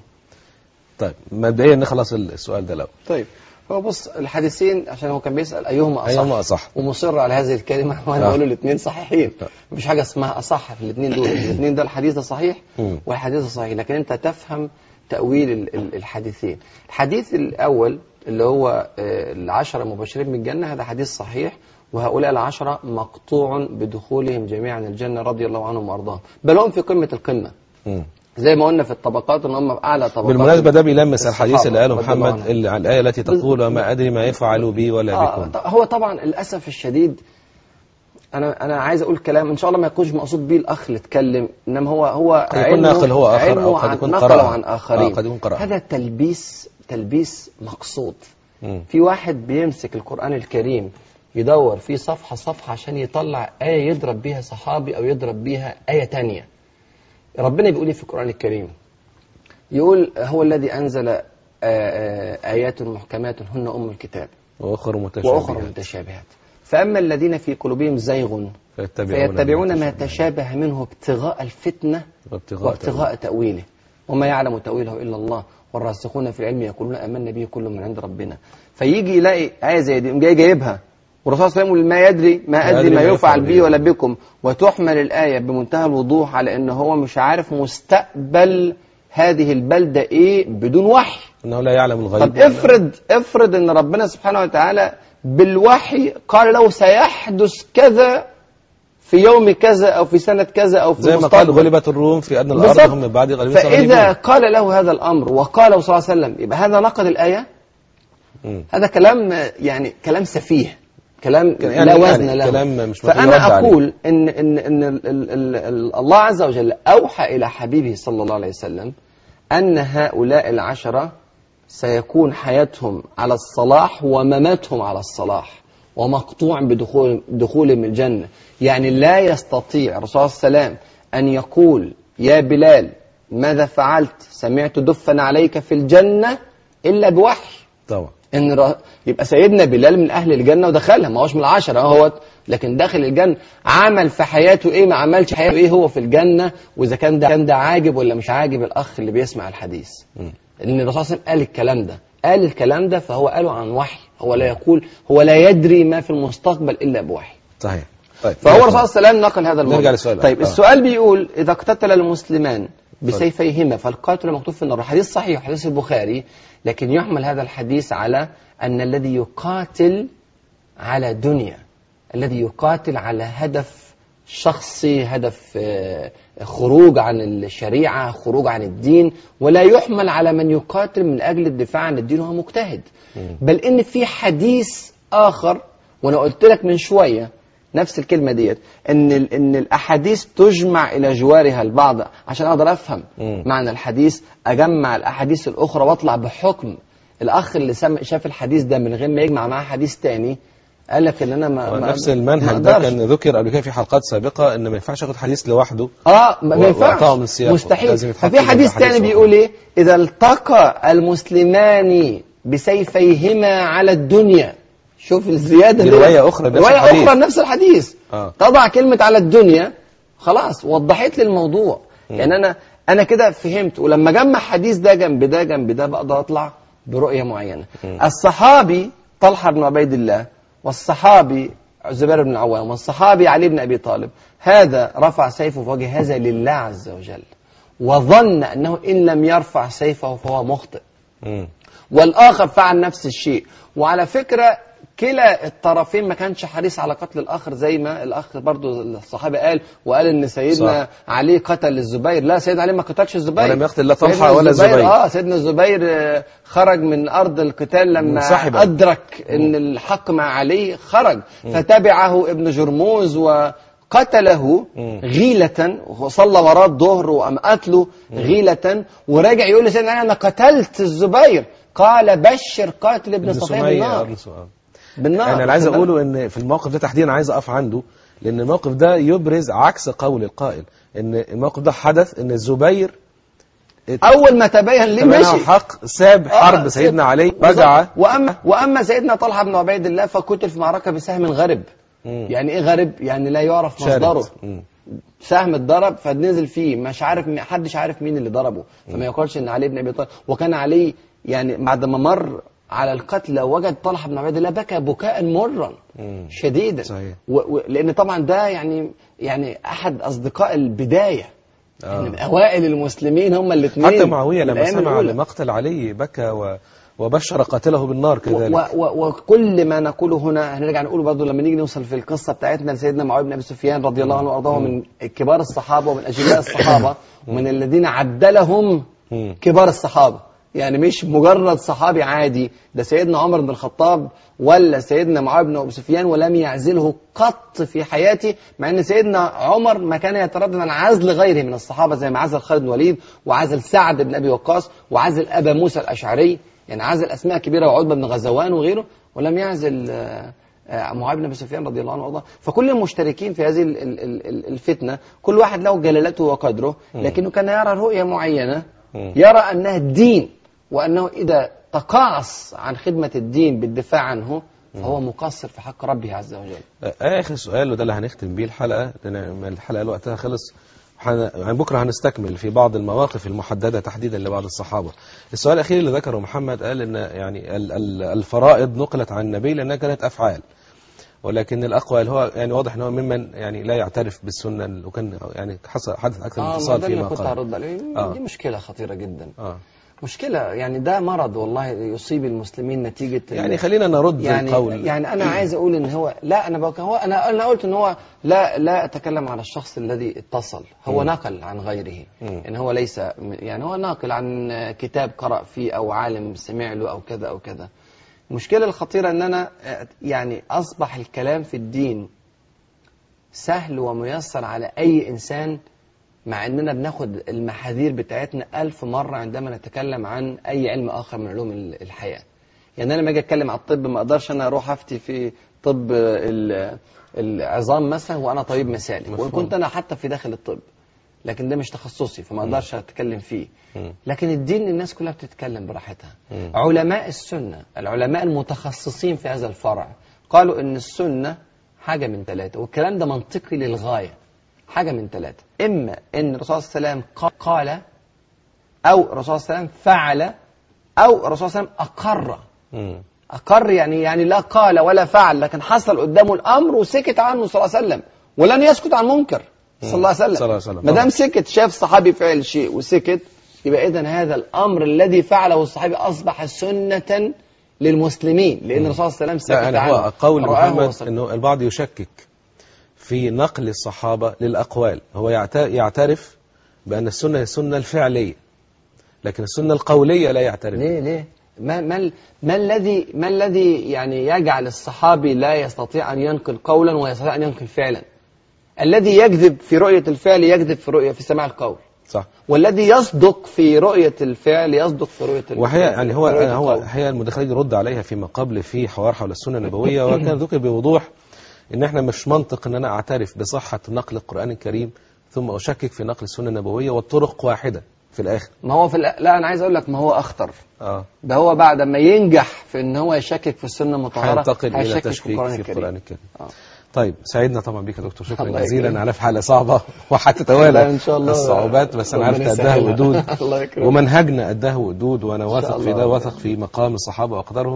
طيب مبدئيا نخلص السؤال ده الأول. طيب هو بص، الحديثين عشان هو كان بيسأل أيهما أصح ومصر على هذه الكلمة، وأنا أقول الاثنين صحيحين. مفيش حاجة اسمها أصح في الاثنين دول. الاثنين ده الحديث ده صحيح والحديث ده صحيح، لكن أنت تفهم تأويل الحديثين. الحديث الأول اللي هو 10 مبشرين بالجنة، هذا حديث صحيح، وهؤلاء 10 مقطوع بدخولهم جميعا الجنة رضي الله عنهم وأرضاهم، بل هم في قمة القمة. زي ما قلنا في الطبقات ان هم اعلى طبقات. بالمناسبه ده بيلمس الحديث اللي قاله محمد على الايه التي تقول وما ادري ما يفعل بي ولا بكم. هو طبعا للاسف الشديد انا عايز اقول كلام ان شاء الله ما يكونش مقصود بيه الاخ اللي اتكلم، انما هو قد يكون ناقل هو اخر او قد يكون قرأ عن اخرين. قد يكون قرأ. هذا تلبيس مقصود. في واحد بيمسك القرآن الكريم يدور فيه صفحه صفحه عشان يطلع ايه يضرب بيها صحابي او يضرب بيها ايه تانية. ربنا بيقول في القرآن الكريم، يقول هو الذي أنزل آيات محكمات هن أم الكتاب وأخر متشابهات فأما الذين في قلوبهم زيغ فيتبعون ما تشابه منه ابتغاء الفتنة وابتغاء تأويله وما يعلم تأويله إلا الله والراسخون في العلم يقولون آمنا به كل من عند ربنا. فيجي يلاقي آية زي دي جايبها والرسول صلى الله عليه وسلم ما أدري ما يفعل بي ولا بكم، وتحمل الآية بمنتهى الوضوح على أنه هو مش عارف مستقبل هذه البلدة إيه بدون وحي، أنه لا يعلم الغيب. طب افرض أن ربنا سبحانه وتعالى بالوحي قال له سيحدث كذا في يوم كذا أو في سنة كذا أو في زي ما قال غلبت الروم في أدنى الأرض هم من بعد غلبت. فإذا قال له هذا الأمر وقاله صلى الله عليه وسلم يبقى هذا نقض الآية. هذا كلام يعني كلام سفيه، كلام لا وزن له. كلام مش فأنا أقول إن الله عز وجل أوحى إلى حبيبه صلى الله عليه وسلم أن هؤلاء 10 سيكون حياتهم على الصلاح ومماتهم على الصلاح ومقطوع بدخولهم الجنة. يعني لا يستطيع الرسول صلى الله عليه وسلم أن يقول يا بلال ماذا فعلت سمعت دفا عليك في الجنة إلا بوحي. طبعا يبقى سيدنا بلال من أهل الجنة ودخلها، ما هوش من 10 هو، لكن داخل الجنة. عمل في حياته إيه ما عملش حياته إيه هو في الجنة، وإذا كان ده عاجب ولا مش عاجب الأخ اللي بيسمع الحديث. لأن الرسول صلى الله عليه وسلم قال الكلام ده فهو قاله عن وحي، هو لا يدري ما في المستقبل إلا بوحي. صحيح. طيب فهو الرسول صلى الله عليه وسلم نقل هذا الموضوع. نرجع للسؤال. طيب السؤال بيقول إذا اقتتل المسلمان بسيفيهما فالقاتل مقتول في النار. حديث صحيح حديث البخاري، لكن يحمل هذا الحديث على أن الذي يقاتل على دنيا، الذي يقاتل على هدف شخصي، هدف خروج عن الشريعة، خروج عن الدين، ولا يحمل على من يقاتل من أجل الدفاع عن الدين وهو مجتهد. بل إن في حديث آخر، وأنا قلت لك من شوية نفس الكلمة ديت، إن الأحاديث تجمع إلى جوارها البعض عشان أقدر أفهم معنى الحديث، أجمع الأحاديث الأخرى وأطلع بحكم. الأخ اللي شاف الحديث ده من غير ما يجمع معاه حديث تاني قال لك ان انا ما نفس المنهج ده كان ذكر قبل كده في حلقات سابقه ان ما ينفعش اخد حديث لوحده. ما ينفعش، مستحيل. ففي حديث تاني بيقول ايه؟ اذا التقى المسلمان بسيفيهما على الدنيا. شوف الزياده دي روايه اخرى نفس الحديث تضع كلمه على الدنيا، خلاص وضحت لي الموضوع. يعني انا كده فهمت، ولما جمع حديث ده جنب ده جنب ده بقدر اطلع برؤيه معينه. الصحابي طلحه بن عبيد الله والصحابي الزبير بن العوام والصحابي علي بن أبي طالب، هذا رفع سيفه في وجه هذا لله عز وجل، وظن أنه إن لم يرفع سيفه فهو مخطئ، والآخر فعل نفس الشيء. وعلى فكرة كلا الطرفين ما كانش حريص على قتل الآخر، زي ما الأخ برضو الصحابي قال، وقال إن سيدنا صح. علي قتل الزبير. لا، سيدنا علي ما قتلش الزبير، ولم يقتل لا طلحة ولا الزبير. سيدنا الزبير خرج من أرض القتال لما أدرك إن الحق مع علي، خرج فتبعه ابن جرموز وقتله غيلة، وصلى وراه الظهر وقام قتله غيلة، وراجع يقول لسيدنا علي أنا قتلت الزبير، قال بشر قاتل ابن صفية بالنار. أنا عايز أقوله إن في الموقف ده تحديدا عايز أقف عنده، لأن الموقف ده يبرز عكس قول القائل، إن الموقف ده حدث إن الزبير أول ما تبين ليه مشي حق ساب حرب سيدنا علي رجع. وأما سيدنا طلحة بن عبيد الله فقتل في معركة بسهم غرب. يعني إيه غرب؟ يعني لا يعرف مصدره. سهم اتضرب فنزل فيه، مش عارف، محدش عارف مين اللي ضربه، فما يقولش إن علي بن أبي طالب. وكان علي يعني بعد ما مر على القتل وجد طلحة بن عبيد الله بكى بكاء مرا شديدا، لأن طبعا ده يعني أحد أصدقاء البداية، يعني من أوائل المسلمين هم الاثنين. حتى معاوية لما سمع لمقتل علي بكى وبشر قاتله بالنار كذلك. وكل ما نقوله هنا هنرجع نقوله برضه لما نيجي نوصل في القصة بتاعتنا لسيدنا معاوية بن أبي سفيان رضي الله عنه وأرضاه، من كبار الصحابة ومن أجلاء الصحابة ومن الذين عدلهم كبار الصحابة، يعني مش مجرد صحابي عادي، ده سيدنا عمر بن الخطاب ولا سيدنا معاوية بن أبي سفيان، ولم يعزله قط في حياته، مع أن سيدنا عمر ما كان يتردد عن عزل غيره من الصحابة، زي ما عزل خالد بن الوليد وعزل سعد بن أبي وقاص وعزل أبا موسى الأشعري، يعني عزل أسماء كبيرة وعتبة بن غزوان وغيره، ولم يعزل معاوية بن أبي سفيان رضي الله عنه وارضاه. فكل المشتركين في هذه الفتنة كل واحد له جلالته وقدره، لكنه كان يرى رؤية معينة، يرى أنها الدين، وأنه إذا تقاعس عن خدمة الدين بالدفاع عنه فهو مقصر في حق ربه عز وجل. آخر سؤال وده اللي هنختم بيه الحلقة، لأن الحلقة وقتها خلص، يعني بكرة هنستكمل في بعض المواقف المحددة تحديدا لبعض الصحابة. السؤال الأخير اللي ذكره محمد قال إن يعني الفرائض نقلت عن النبي لأنها كانت أفعال، ولكن الأقوال هو يعني واضح أنه ممن يعني لا يعترف بالسنة، وكان يعني حدث أكثر من اتصال فيما قال. دي مشكلة خطيرة جدا. مشكلة، يعني ده مرض والله يصيب المسلمين نتيجة، يعني خلينا نرد القول. يعني أنا عايز أقول إن هو لا، أنا قلت إن هو لا أتكلم على الشخص الذي اتصل، هو نقل عن غيره، إن هو ليس، يعني هو ناقل عن كتاب قرأ فيه أو عالم سمع له أو كذا أو كذا. المشكلة الخطيرة إن أنا يعني أصبح الكلام في الدين سهل وميسر على أي إنسان، مع أننا بناخد المحاذير بتاعتنا 1000 مرة عندما نتكلم عن أي علم آخر من علوم الحياة. يعني أنا لما أجي أتكلم عن الطب ما أقدرش أنا أروح أفتي في طب العظام مثلا وأنا طبيب مسالك، وإن كنت أنا حتى في داخل الطب، لكن ده مش تخصصي فما أقدرش أتكلم فيه. لكن الدين الناس كلها بتتكلم براحتها. علماء السنة، العلماء المتخصصين في هذا الفرع، قالوا إن السنة حاجة من 3، والكلام ده منطقي للغاية. حاجة من 3، إما إن الرسول صلى الله عليه وسلم قال، أو الرسول صلى الله عليه وسلم فعل، أو الرسول صلى الله عليه وسلم أقر، يعني لا قال ولا فعل، لكن حصل قدامه الأمر وسكت عنه صلى الله عليه وسلم، ولن يسكت عن منكر صلى الله عليه وسلم. ما دام سكت، شاف الصحابي فعل شيء وسكت، يبقى إذن هذا الأمر الذي فعله الصحابي أصبح سنة للمسلمين، لأن الرسول صلى الله عليه وسلم سكت عنه. هو قول محمد إنه البعض يشكك في نقل الصحابة للأقوال، هو يعترف بأن السنة هي السنة الفعلية، لكن السنة القولية لا يعترف. ليه؟ ما الذي يعني يجعل الصحابي لا يستطيع أن ينقل قولا ويستطيع أن ينقل فعلا؟ الذي يكذب في رؤية الفعل يكذب في سماع القول، صح، والذي يصدق في رؤية الفعل يصدق في رؤية الفعل. وهي يعني هي المداخلة رد عليها فيما قبل في حوار حول السنة النبوية، وكان ذكر بوضوح إن إحنا مش منطق إن أنا أعترف بصحة نقل القرآن الكريم ثم أشكك في نقل السنة النبوية، والطرق واحدة في الآخر. ما هو لا، أنا عايز أقول لك ما هو أخطر. ده هو بعد ما ينجح في إن هو يشكك في السنة المطهرة هينتقل إلى تشكيك في القرآن الكريم. طيب، سعيدنا طبعا بيك يا دكتور، شكرا جزيلا. على حالة صعبة وهتتوالى إن شاء الله الصعوبات، بس أنا عرفت أداه ودود ومنهجنا أداه ودود، وأنا واثق في ده، واثق في مقام الصحابة وأقدارهم.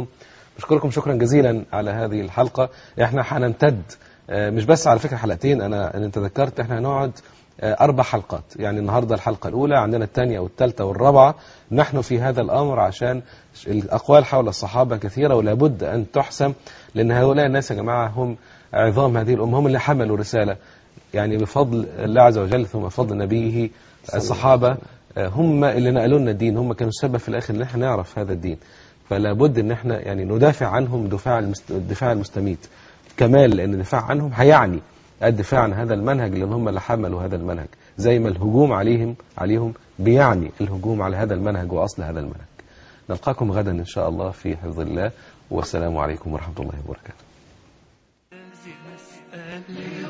بشكركم شكرا جزيلا على هذه الحلقة. احنا هنمتد مش بس على فكرة حلقتين، أنا تذكرت احنا هنقعد 4 حلقات، يعني النهاردة الحلقة الأولى، عندنا الثانية والثالثة والرابعة. نحن في هذا الأمر عشان الأقوال حول الصحابة كثيرة ولا بد أن تحسم، لأن هؤلاء الناس يا جماعة هم عظام هذه الأمة، هم اللي حملوا رسالة، يعني بفضل الله عز وجل ثم بفضل نبيه. الصحابة هم اللي نقلوا لنا الدين، هم كانوا السبب في الآخر ان احنا نعرف هذا الدين، فلا بد ان احنا يعني ندافع عنهم الدفاع المستميت كمال، لأن الدفاع عنهم هيعني الدفاع عن هذا المنهج، لأن هم اللي حملوا هذا المنهج، زي ما الهجوم عليهم بيعني الهجوم على هذا المنهج وأصل هذا المنهج. نلقاكم غدا إن شاء الله في حفظ الله، والسلام عليكم ورحمة الله وبركاته.